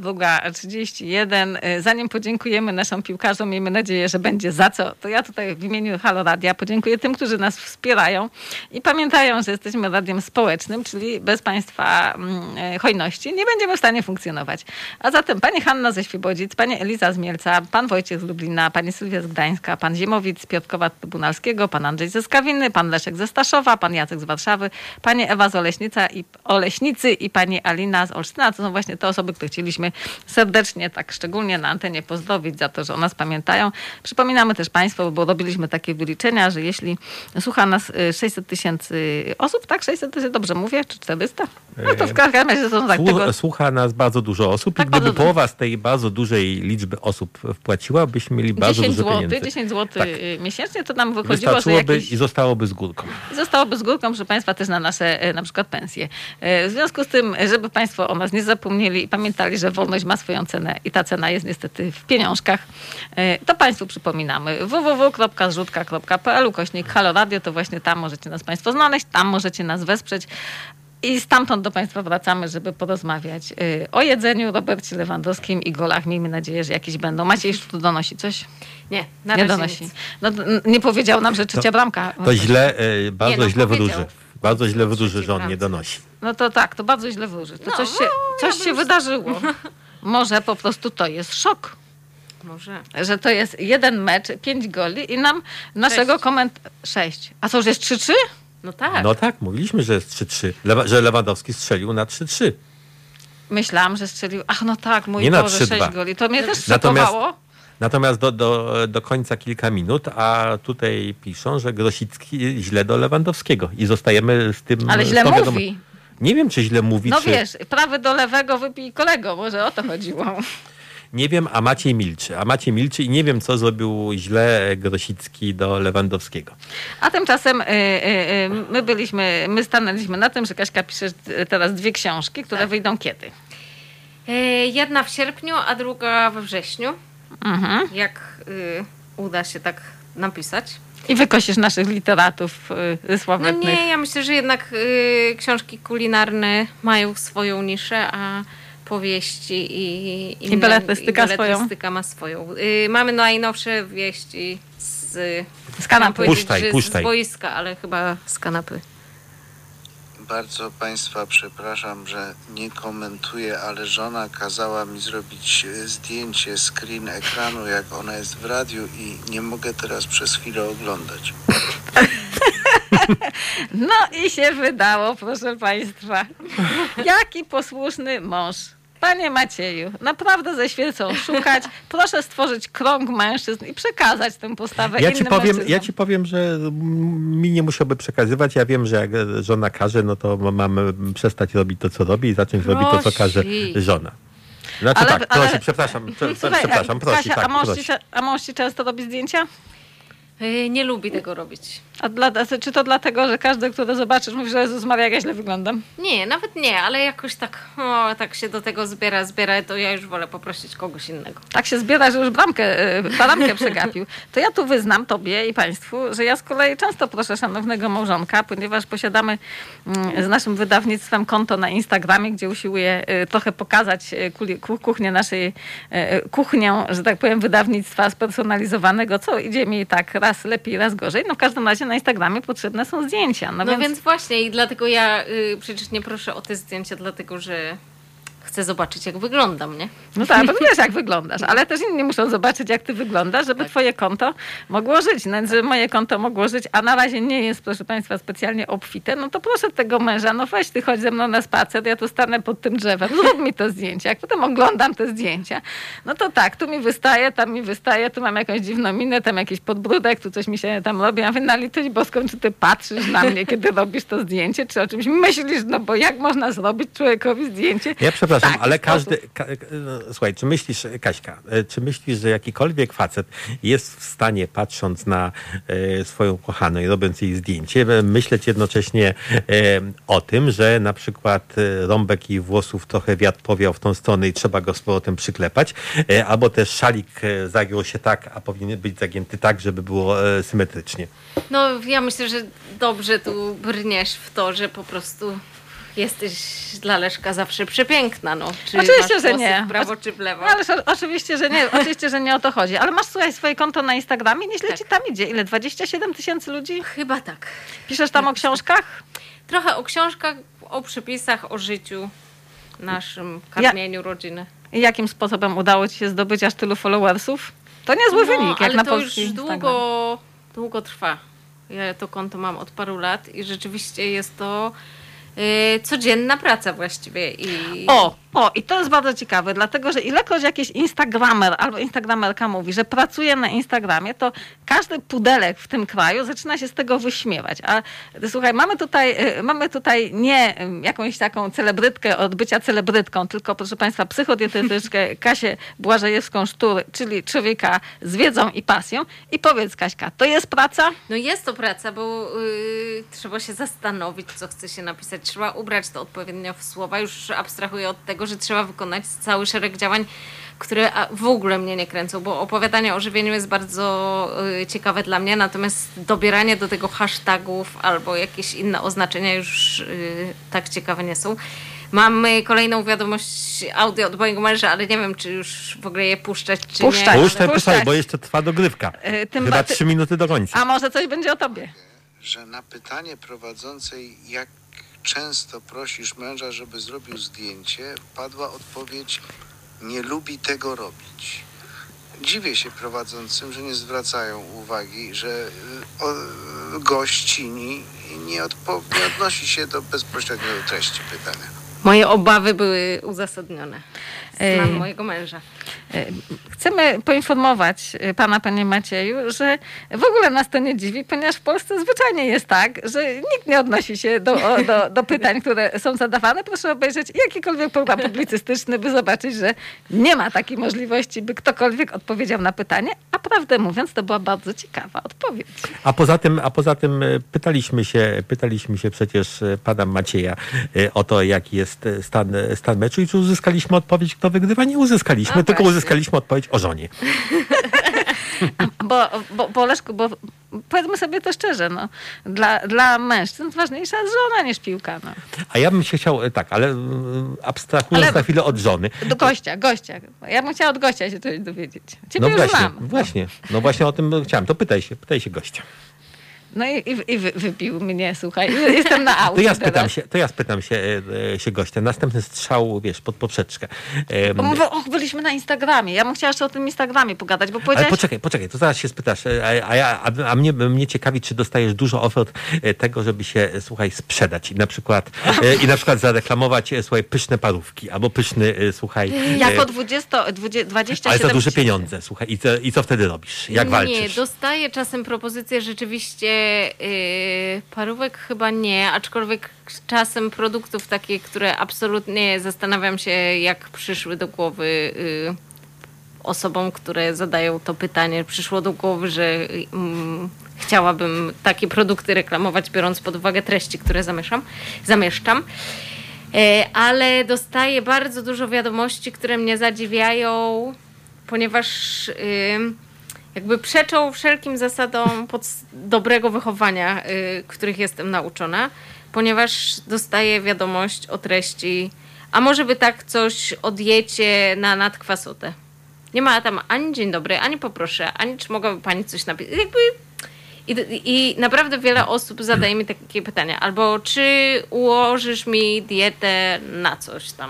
22:31. Zanim podziękujemy naszym piłkarzom, miejmy nadzieję, że będzie za co, to ja tutaj w imieniu Halo Radia podziękuję tym, którzy nas wspierają i pamiętają, że jesteśmy radiem społecznym, czyli bez państwa hojności nie będziemy w stanie funkcjonować. A zatem pani Hanna ze Świebodzic, pani Eliza z Mielca, pan Wojciech z Lublina, pani Sylwia z Gdańska, pan Ziemowicz z Piotrkowa Trybunalskiego, pan Andrzej ze Skawiny, pan Leszek ze Staszowa, pan Jacek z Warszawy, pani Ewa z Oleśnicy i pani Alina z Olsztyna. To są właśnie te osoby, które chcieliśmy serdecznie, tak szczególnie na antenie pozdrowić za to, że o nas pamiętają. Przypominamy też państwu, bo robiliśmy takie wyliczenia, że jeśli słucha nas 600 tysięcy osób, tak? 600 tysięcy, dobrze mówię? Czy 400? No to w każdym razie to tak tego... Słucha nas bardzo dużo osób tak, i gdyby połowa z tej bardzo dużej liczby osób wpłaciła, byśmy mieli bardzo dużo pieniędzy. 10 zł tak. miesięcznie, to nam wychodziło, że jakieś... I zostałoby z górką. I zostałoby z górką, proszę państwa, też na nasze na przykład pensje. W związku z tym, żeby państwo o nas nie zapomnieli i pamiętali, że wolność ma swoją cenę i ta cena jest niestety w pieniążkach, to państwu przypominamy www.zrzutka.pl/Halo Radio, to właśnie tam możecie nas państwo znaleźć, tam możecie nas wesprzeć. I stamtąd do państwa wracamy, żeby porozmawiać o jedzeniu, Robercie Lewandowskim i golach. Miejmy nadzieję, że jakieś będą. Macie już tu donosi coś? Nie, nie donosi. No, nie powiedział nam, że trzecia bramka. To źle, bardzo źle wróży. Bardzo źle wróży, że on nie donosi. No to tak, to bardzo źle wróży. To coś się wydarzyło. Może po prostu to jest szok. Może. Że to jest jeden mecz, 5 goli i nam naszego komentarza... 6. A co, już jest 3-3? No tak. No tak, mówiliśmy, że jest 3-3. Że Lewandowski strzelił na 3-3. Myślałam, że strzelił... Ach, no tak, mój nie Boże, 6 goli. To mnie też szokowało. Natomiast do końca kilka minut, a tutaj piszą, że Grosicki źle do Lewandowskiego i zostajemy z tym... Ale źle mówi. Nie wiem, czy źle mówi. No wiesz, prawy do lewego wypij kolego, może o to chodziło. Nie wiem, a Maciej milczy i nie wiem, co zrobił źle Grosicki do Lewandowskiego. A tymczasem my stanęliśmy na tym, że Kaśka pisze teraz 2 książki, które wyjdą kiedy? Jedna w sierpniu, a druga we wrześniu. Mhm. Jak uda się tak napisać. I wykosisz naszych literatów sławetnych. No nie, ja myślę, że jednak książki kulinarne mają swoją niszę, a powieści i beletrystyka ma swoją. Mamy najnowsze wieści z kanapy. Puszczaj. Z boiska, ale chyba z kanapy. Bardzo państwa przepraszam, że nie komentuję, ale żona kazała mi zrobić zdjęcie, screen ekranu, jak ona jest w radiu i nie mogę teraz przez chwilę oglądać. No i się wydało, proszę państwa. Jaki posłuszny mąż. Panie Macieju, naprawdę ze świecą szukać. Proszę stworzyć krąg mężczyzn i przekazać tę postawę innym mężczyznom. Ja ci powiem, że mi nie musiałby przekazywać. Ja wiem, że jak żona każe, no to mamy przestać robić to, co robi i zacząć robić to, co każe żona. Znaczy prosi, przepraszam, prosi. Kasia, a mąż ci często robi zdjęcia? Nie lubi tego robić. Czy to dlatego, że każdy, który zobaczysz, mówi, że Jezus Maria, jak ja źle wyglądam? Nie, nawet nie, ale jakoś tak się do tego zbiera, to ja już wolę poprosić kogoś innego. Tak się zbiera, że już bramkę przegapił. To ja tu wyznam tobie i państwu, że ja z kolei często proszę szanownego małżonka, ponieważ posiadamy z naszym wydawnictwem konto na Instagramie, gdzie usiłuję trochę pokazać kuchnię, że tak powiem, wydawnictwa spersonalizowanego, co idzie mi tak raz lepiej, raz gorzej. No w każdym razie na Instagramie potrzebne są zdjęcia. No więc właśnie i dlatego ja przecież nie proszę o te zdjęcia, dlatego że chcę chce zobaczyć, jak wyglądam, nie? No tak, bo wiesz, jak wyglądasz, ale też inni muszą zobaczyć, jak ty wyglądasz, żeby twoje konto mogło żyć. No, żeby moje konto mogło żyć, a na razie nie jest, proszę państwa, specjalnie obfite, no to proszę tego męża, no weź ty chodź ze mną na spacer, ja tu stanę pod tym drzewem, zrób mi to zdjęcie. Jak potem oglądam te zdjęcia, no to tak, tu mi wystaje, tam mi wystaje, tu mam jakąś dziwną minę, tam jakiś podbródek, tu coś mi się tam robi. Ja mówię, na litość boską, czy ty patrzysz na mnie, kiedy robisz to zdjęcie, czy o czymś myślisz, no bo jak można zrobić człowiekowi zdjęcie? Ja przepraszam, Tak, ale w sposób. każdy... Słuchaj, czy myślisz, Kaśka, czy myślisz, że jakikolwiek facet jest w stanie, patrząc na swoją kochaną i robiąc jej zdjęcie, myśleć jednocześnie o tym, że na przykład rąbek jej włosów trochę wiatr powiał w tą stronę i trzeba go z powrotem przyklepać, albo też szalik zagiął się tak, a powinien być zagięty tak, żeby było symetrycznie. No ja myślę, że dobrze tu brniesz w to, że po prostu jesteś dla Leszka zawsze przepiękna, no. Czy Oczywiście, masz że włosy nie. w prawo czy w lewo? Ale oczywiście, że nie. Oczywiście, że nie o to chodzi. Ale masz, słuchaj, swoje konto na Instagramie, nieźle ci tam idzie. Ile? 27 000 ludzi? Chyba tak. Piszesz tam o książkach? Trochę o książkach, o przepisach, o życiu naszym, karmieniu rodziny. I jakim sposobem udało ci się zdobyć aż tylu followersów? To niezły wynik, jak ale na to polski już Instagram. długo trwa. Ja to konto mam od paru lat i rzeczywiście jest to codzienna praca właściwie. I to jest bardzo ciekawe, dlatego że ilekroć jakiś instagramer albo instagramerka mówi, że pracuje na Instagramie, to każdy pudelek w tym kraju zaczyna się z tego wyśmiewać. A słuchaj, mamy tutaj nie jakąś taką celebrytkę od bycia celebrytką, tylko proszę państwa psychodietetyczkę Kasię Błażejewską-Sztur, czyli człowieka z wiedzą i pasją. I powiedz, Kaśka, to jest praca? No jest to praca, bo trzeba się zastanowić, co chce się napisać. Trzeba ubrać to odpowiednio w słowa. Już abstrahuję od tego, że trzeba wykonać cały szereg działań, które w ogóle mnie nie kręcą, bo opowiadanie o żywieniu jest bardzo ciekawe dla mnie, natomiast dobieranie do tego hashtagów albo jakieś inne oznaczenia już tak ciekawe nie są. Mamy kolejną wiadomość audio od mojego męża, ale nie wiem, czy już w ogóle je puszczać, czy nie. Puszczaj, bo jeszcze trwa dogrywka. Chyba 3 minuty do końca. A może coś będzie o tobie? Że na pytanie prowadzącej, jak często prosisz męża, żeby zrobił zdjęcie, padła odpowiedź: nie lubi tego robić. Dziwię się prowadzącym, że nie zwracają uwagi, że gościni nie odnosi się bezpośrednio do treści pytania. Moje obawy były uzasadnione. Znam mojego męża. Chcemy poinformować pana, panie Macieju, że w ogóle nas to nie dziwi, ponieważ w Polsce zwyczajnie jest tak, że nikt nie odnosi się do pytań, które są zadawane. Proszę obejrzeć jakikolwiek program publicystyczny, by zobaczyć, że nie ma takiej możliwości, by ktokolwiek odpowiedział na pytanie, a prawdę mówiąc, to była bardzo ciekawa odpowiedź. A poza tym pytaliśmy się przecież pana Macieja o to, jaki jest stan meczu i czy uzyskaliśmy odpowiedź, kto wygrywa. Nie uzyskaliśmy, tylko uzyskaliśmy odpowiedź o żonie. Bo Leszku, powiedzmy sobie to szczerze, no, dla mężczyzn ważniejsza jest żona niż piłka. No. A ja bym się chciał, ale abstrahując na chwilę od żony. Do gościa. Ja bym chciała od gościa się coś dowiedzieć. Ciebie już znam. Właśnie o tym chciałem. To pytaj się gościa. No i wypił mnie, słuchaj. Jestem na aucie To ja spytam się gościa. Następny strzał, wiesz, pod poprzeczkę. Byliśmy na Instagramie. Ja bym chciała jeszcze o tym Instagramie pogadać, bo powiedziałeś... Ale poczekaj, to zaraz się spytasz. A mnie ciekawi, czy dostajesz dużo ofert tego, żeby się, słuchaj, sprzedać i na przykład zareklamować, słuchaj, pyszne parówki, albo pyszny, słuchaj... Jako 27... Ale za duże pieniądze, słuchaj. I co wtedy robisz? Jak walczysz? Nie, dostaję czasem propozycje rzeczywiście parówek chyba nie, aczkolwiek czasem produktów takich, które absolutnie zastanawiam się, jak przyszły do głowy osobom, które zadają to pytanie. Przyszło do głowy, że chciałabym takie produkty reklamować, biorąc pod uwagę treści, które zamieszczam. Ale dostaję bardzo dużo wiadomości, które mnie zadziwiają, ponieważ jakby przeczą wszelkim zasadom dobrego wychowania, których jestem nauczona, ponieważ dostaję wiadomość o treści: a może by tak coś o diecie na nadkwasotę. Nie ma tam ani dzień dobry, ani poproszę, ani czy mogłaby pani coś napisać. I naprawdę wiele osób zadaje mi takie pytania. Albo czy ułożysz mi dietę na coś tam.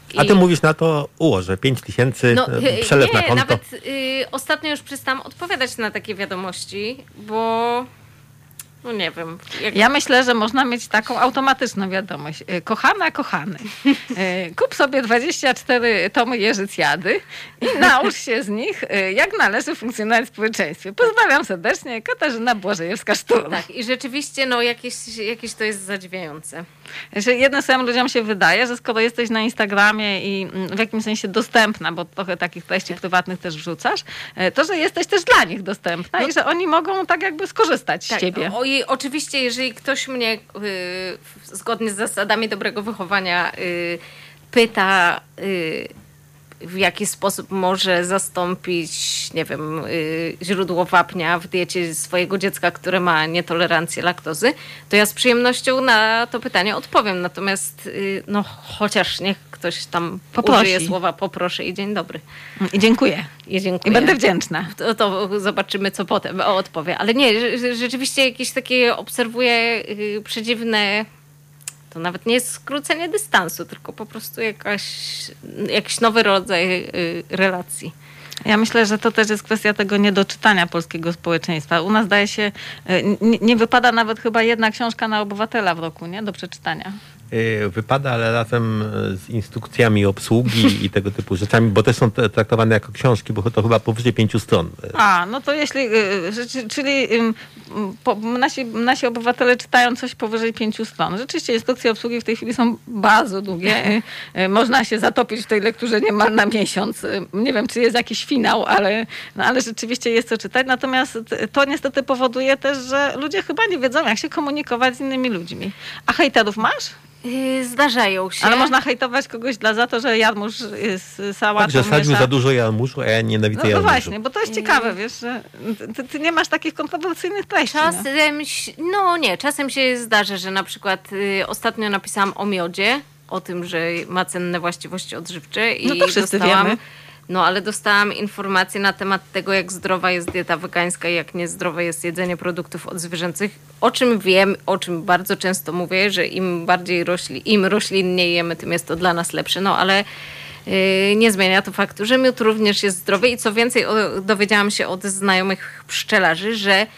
A ty mówisz na to, ułożę 5000, przelew na konto. Nawet ostatnio już przestałam odpowiadać na takie wiadomości, bo no nie wiem. Ja myślę, że można mieć taką automatyczną wiadomość. Kochana, kochany, kup sobie 24 tomy Jerzycjady i naucz się z nich, jak należy funkcjonować w społeczeństwie. Pozdrawiam serdecznie, Katarzyna Błażejewska-Szturm. Tak, i rzeczywiście jakieś to jest zadziwiające. Że jednym samym ludziom się wydaje, że skoro jesteś na Instagramie i w jakimś sensie dostępna, bo trochę takich treści prywatnych też wrzucasz, to, że jesteś też dla nich dostępna i że oni mogą tak jakby skorzystać z ciebie. I oczywiście, jeżeli ktoś mnie zgodnie z zasadami dobrego wychowania pyta, w jaki sposób może zastąpić, nie wiem, źródło wapnia w diecie swojego dziecka, które ma nietolerancję laktozy, to ja z przyjemnością na to pytanie odpowiem. Natomiast chociaż niech ktoś tam użyje słowa poproszę i dzień dobry. I dziękuję. I będę wdzięczna. To zobaczymy, co potem odpowie. Ale nie, rzeczywiście jakieś takie obserwuję przedziwne. To nawet nie jest skrócenie dystansu, tylko po prostu jakiś nowy rodzaj relacji. Ja myślę, że to też jest kwestia tego niedoczytania polskiego społeczeństwa. U nas zdaje się, nie wypada nawet chyba jedna książka na obywatela w roku, nie? Do przeczytania. Wypada, ale razem z instrukcjami obsługi i tego typu rzeczami, bo też są traktowane jako książki, bo to chyba powyżej 5 stron. No to czyli nasi obywatele czytają coś powyżej 5 stron. Rzeczywiście instrukcje obsługi w tej chwili są bardzo długie. Można się zatopić w tej lekturze niemal na miesiąc. Nie wiem, czy jest jakiś finał, ale rzeczywiście jest co czytać. Natomiast to niestety powoduje też, że ludzie chyba nie wiedzą, jak się komunikować z innymi ludźmi. A hejterów masz? Zdarzają się. Ale można hejtować kogoś za to, że jarmuż z sałatą tak, że sadził za dużo jarmużu, a ja nienawidzę jarmużu. No właśnie, bo to jest ciekawe, wiesz, że ty nie masz takich kontrowersyjnych treści. Czasem się zdarza, że na przykład ostatnio napisałam o miodzie, o tym, że ma cenne właściwości odżywcze i to wszyscy wiemy. Ale dostałam informacje na temat tego, jak zdrowa jest dieta wegańska i jak niezdrowe jest jedzenie produktów odzwierzęcych. O czym wiem, o czym bardzo często mówię, że im roślinnie jemy, tym jest to dla nas lepsze. Ale nie zmienia to faktu, że miód również jest zdrowy i co więcej, dowiedziałam się od znajomych pszczelarzy, że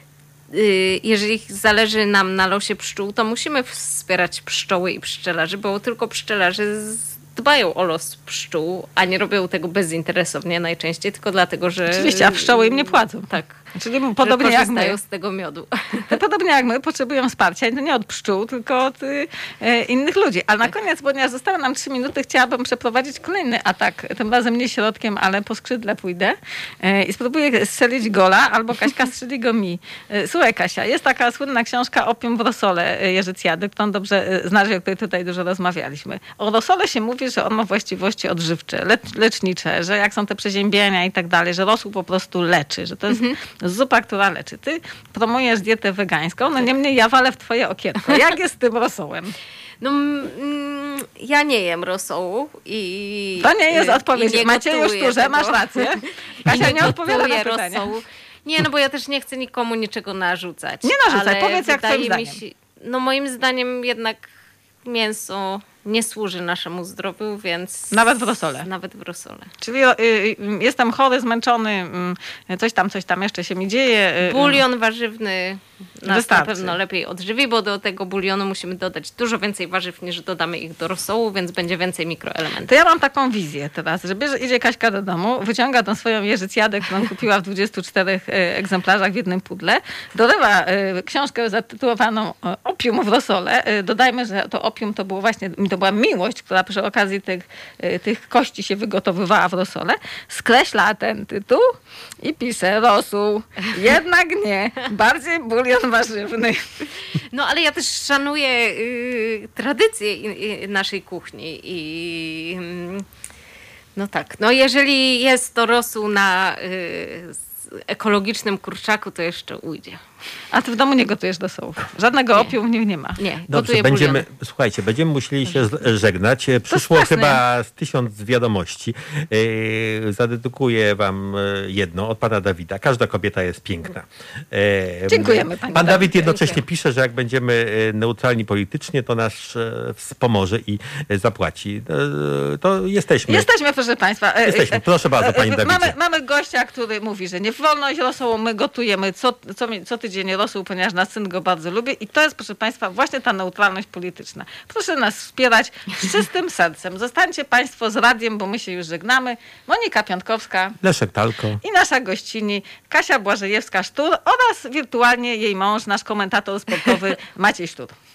jeżeli zależy nam na losie pszczół, to musimy wspierać pszczoły i pszczelarzy, bo tylko pszczelarze dbają o los pszczół, a nie robią tego bezinteresownie najczęściej, tylko dlatego, że... Oczywiście, a pszczoły im nie płacą. Tak. Czyli podobnie jak my. z tego miodu. Podobnie jak my potrzebują wsparcia i to nie od pszczół, tylko od innych ludzi. Ale na koniec, ponieważ zostały nam 3 minuty, chciałabym przeprowadzić kolejny atak. Tym razem nie środkiem, ale po skrzydle pójdę i spróbuję strzelić gola, albo Kaśka strzeli go mi. Słuchaj, Kasia, jest taka słynna książka Opium w rosole Jerzycjady, którą dobrze znasz, o której tutaj dużo rozmawialiśmy. O rosole się mówi, że on ma właściwości odżywcze, lecznicze, że jak są te przeziębienia i tak dalej, że rosół po prostu leczy, że to jest zupa, która leczy. Ty promujesz dietę wegańską, niemniej ja walę w twoje okienko. Jak jest z tym rosołem? Ja nie jem rosołu i... To nie jest odpowiedź. Maciejusz Szturze, masz rację. Kasia nie odpowiada na pytanie. Rosołu. Nie, bo ja też nie chcę nikomu niczego narzucać. Nie narzucaj, powiedz jak twoim zdaniem. Moim zdaniem jednak mięso nie służy naszemu zdrowiu, więc... Nawet w rosole. Nawet w rosole. Czyli jestem chory, zmęczony, coś tam jeszcze się mi dzieje. Bulion warzywny nas wystarczy. Na pewno lepiej odżywi, bo do tego bulionu musimy dodać dużo więcej warzyw, niż dodamy ich do rosołu, więc będzie więcej mikroelementów. To ja mam taką wizję teraz, że idzie Kaśka do domu, wyciąga tą swoją Jerzycjadę, którą kupiła w 24 egzemplarzach w jednym pudle, dolewa książkę zatytułowaną Opium w rosole. Dodajmy, że to opium to była miłość, która przy okazji tych kości się wygotowywała w rosole. Skreśla ten tytuł i pisze rosół. Jednak nie. Bardziej bulion warzywny. Ale ja też szanuję tradycję naszej kuchni i jeżeli jest to rosół ekologicznym kurczaku to jeszcze ujdzie. A ty w domu nie gotujesz do sołów? Żadnego opium w nim nie ma? Nie, Dobrze, gotuję bulion. słuchajcie, będziemy musieli się żegnać. Przyszło strasznie. chyba z 1000 wiadomości. Zadedykuję wam jedno od pana Dawida. Każda kobieta jest piękna. Dziękujemy, panie Pan Dawid Dawidzie. jednocześnie pisze, że jak będziemy neutralni politycznie, to nas wspomoże i zapłaci. To jesteśmy. Jesteśmy, proszę państwa. Jesteśmy. Proszę bardzo, panie Dawidzie. Mamy gościa, który mówi, że nie wolno jeść rosołu, my gotujemy co tydzień rosół, ponieważ nasz syn go bardzo lubi i to jest, proszę państwa, właśnie ta neutralność polityczna. Proszę nas wspierać z czystym sercem. Zostańcie państwo z radiem, bo my się już żegnamy. Monika Piątkowska Leszek Talko. i nasza gościni Kasia Błażejewska-Sztur oraz wirtualnie jej mąż, nasz komentator sportowy Maciej Sztur.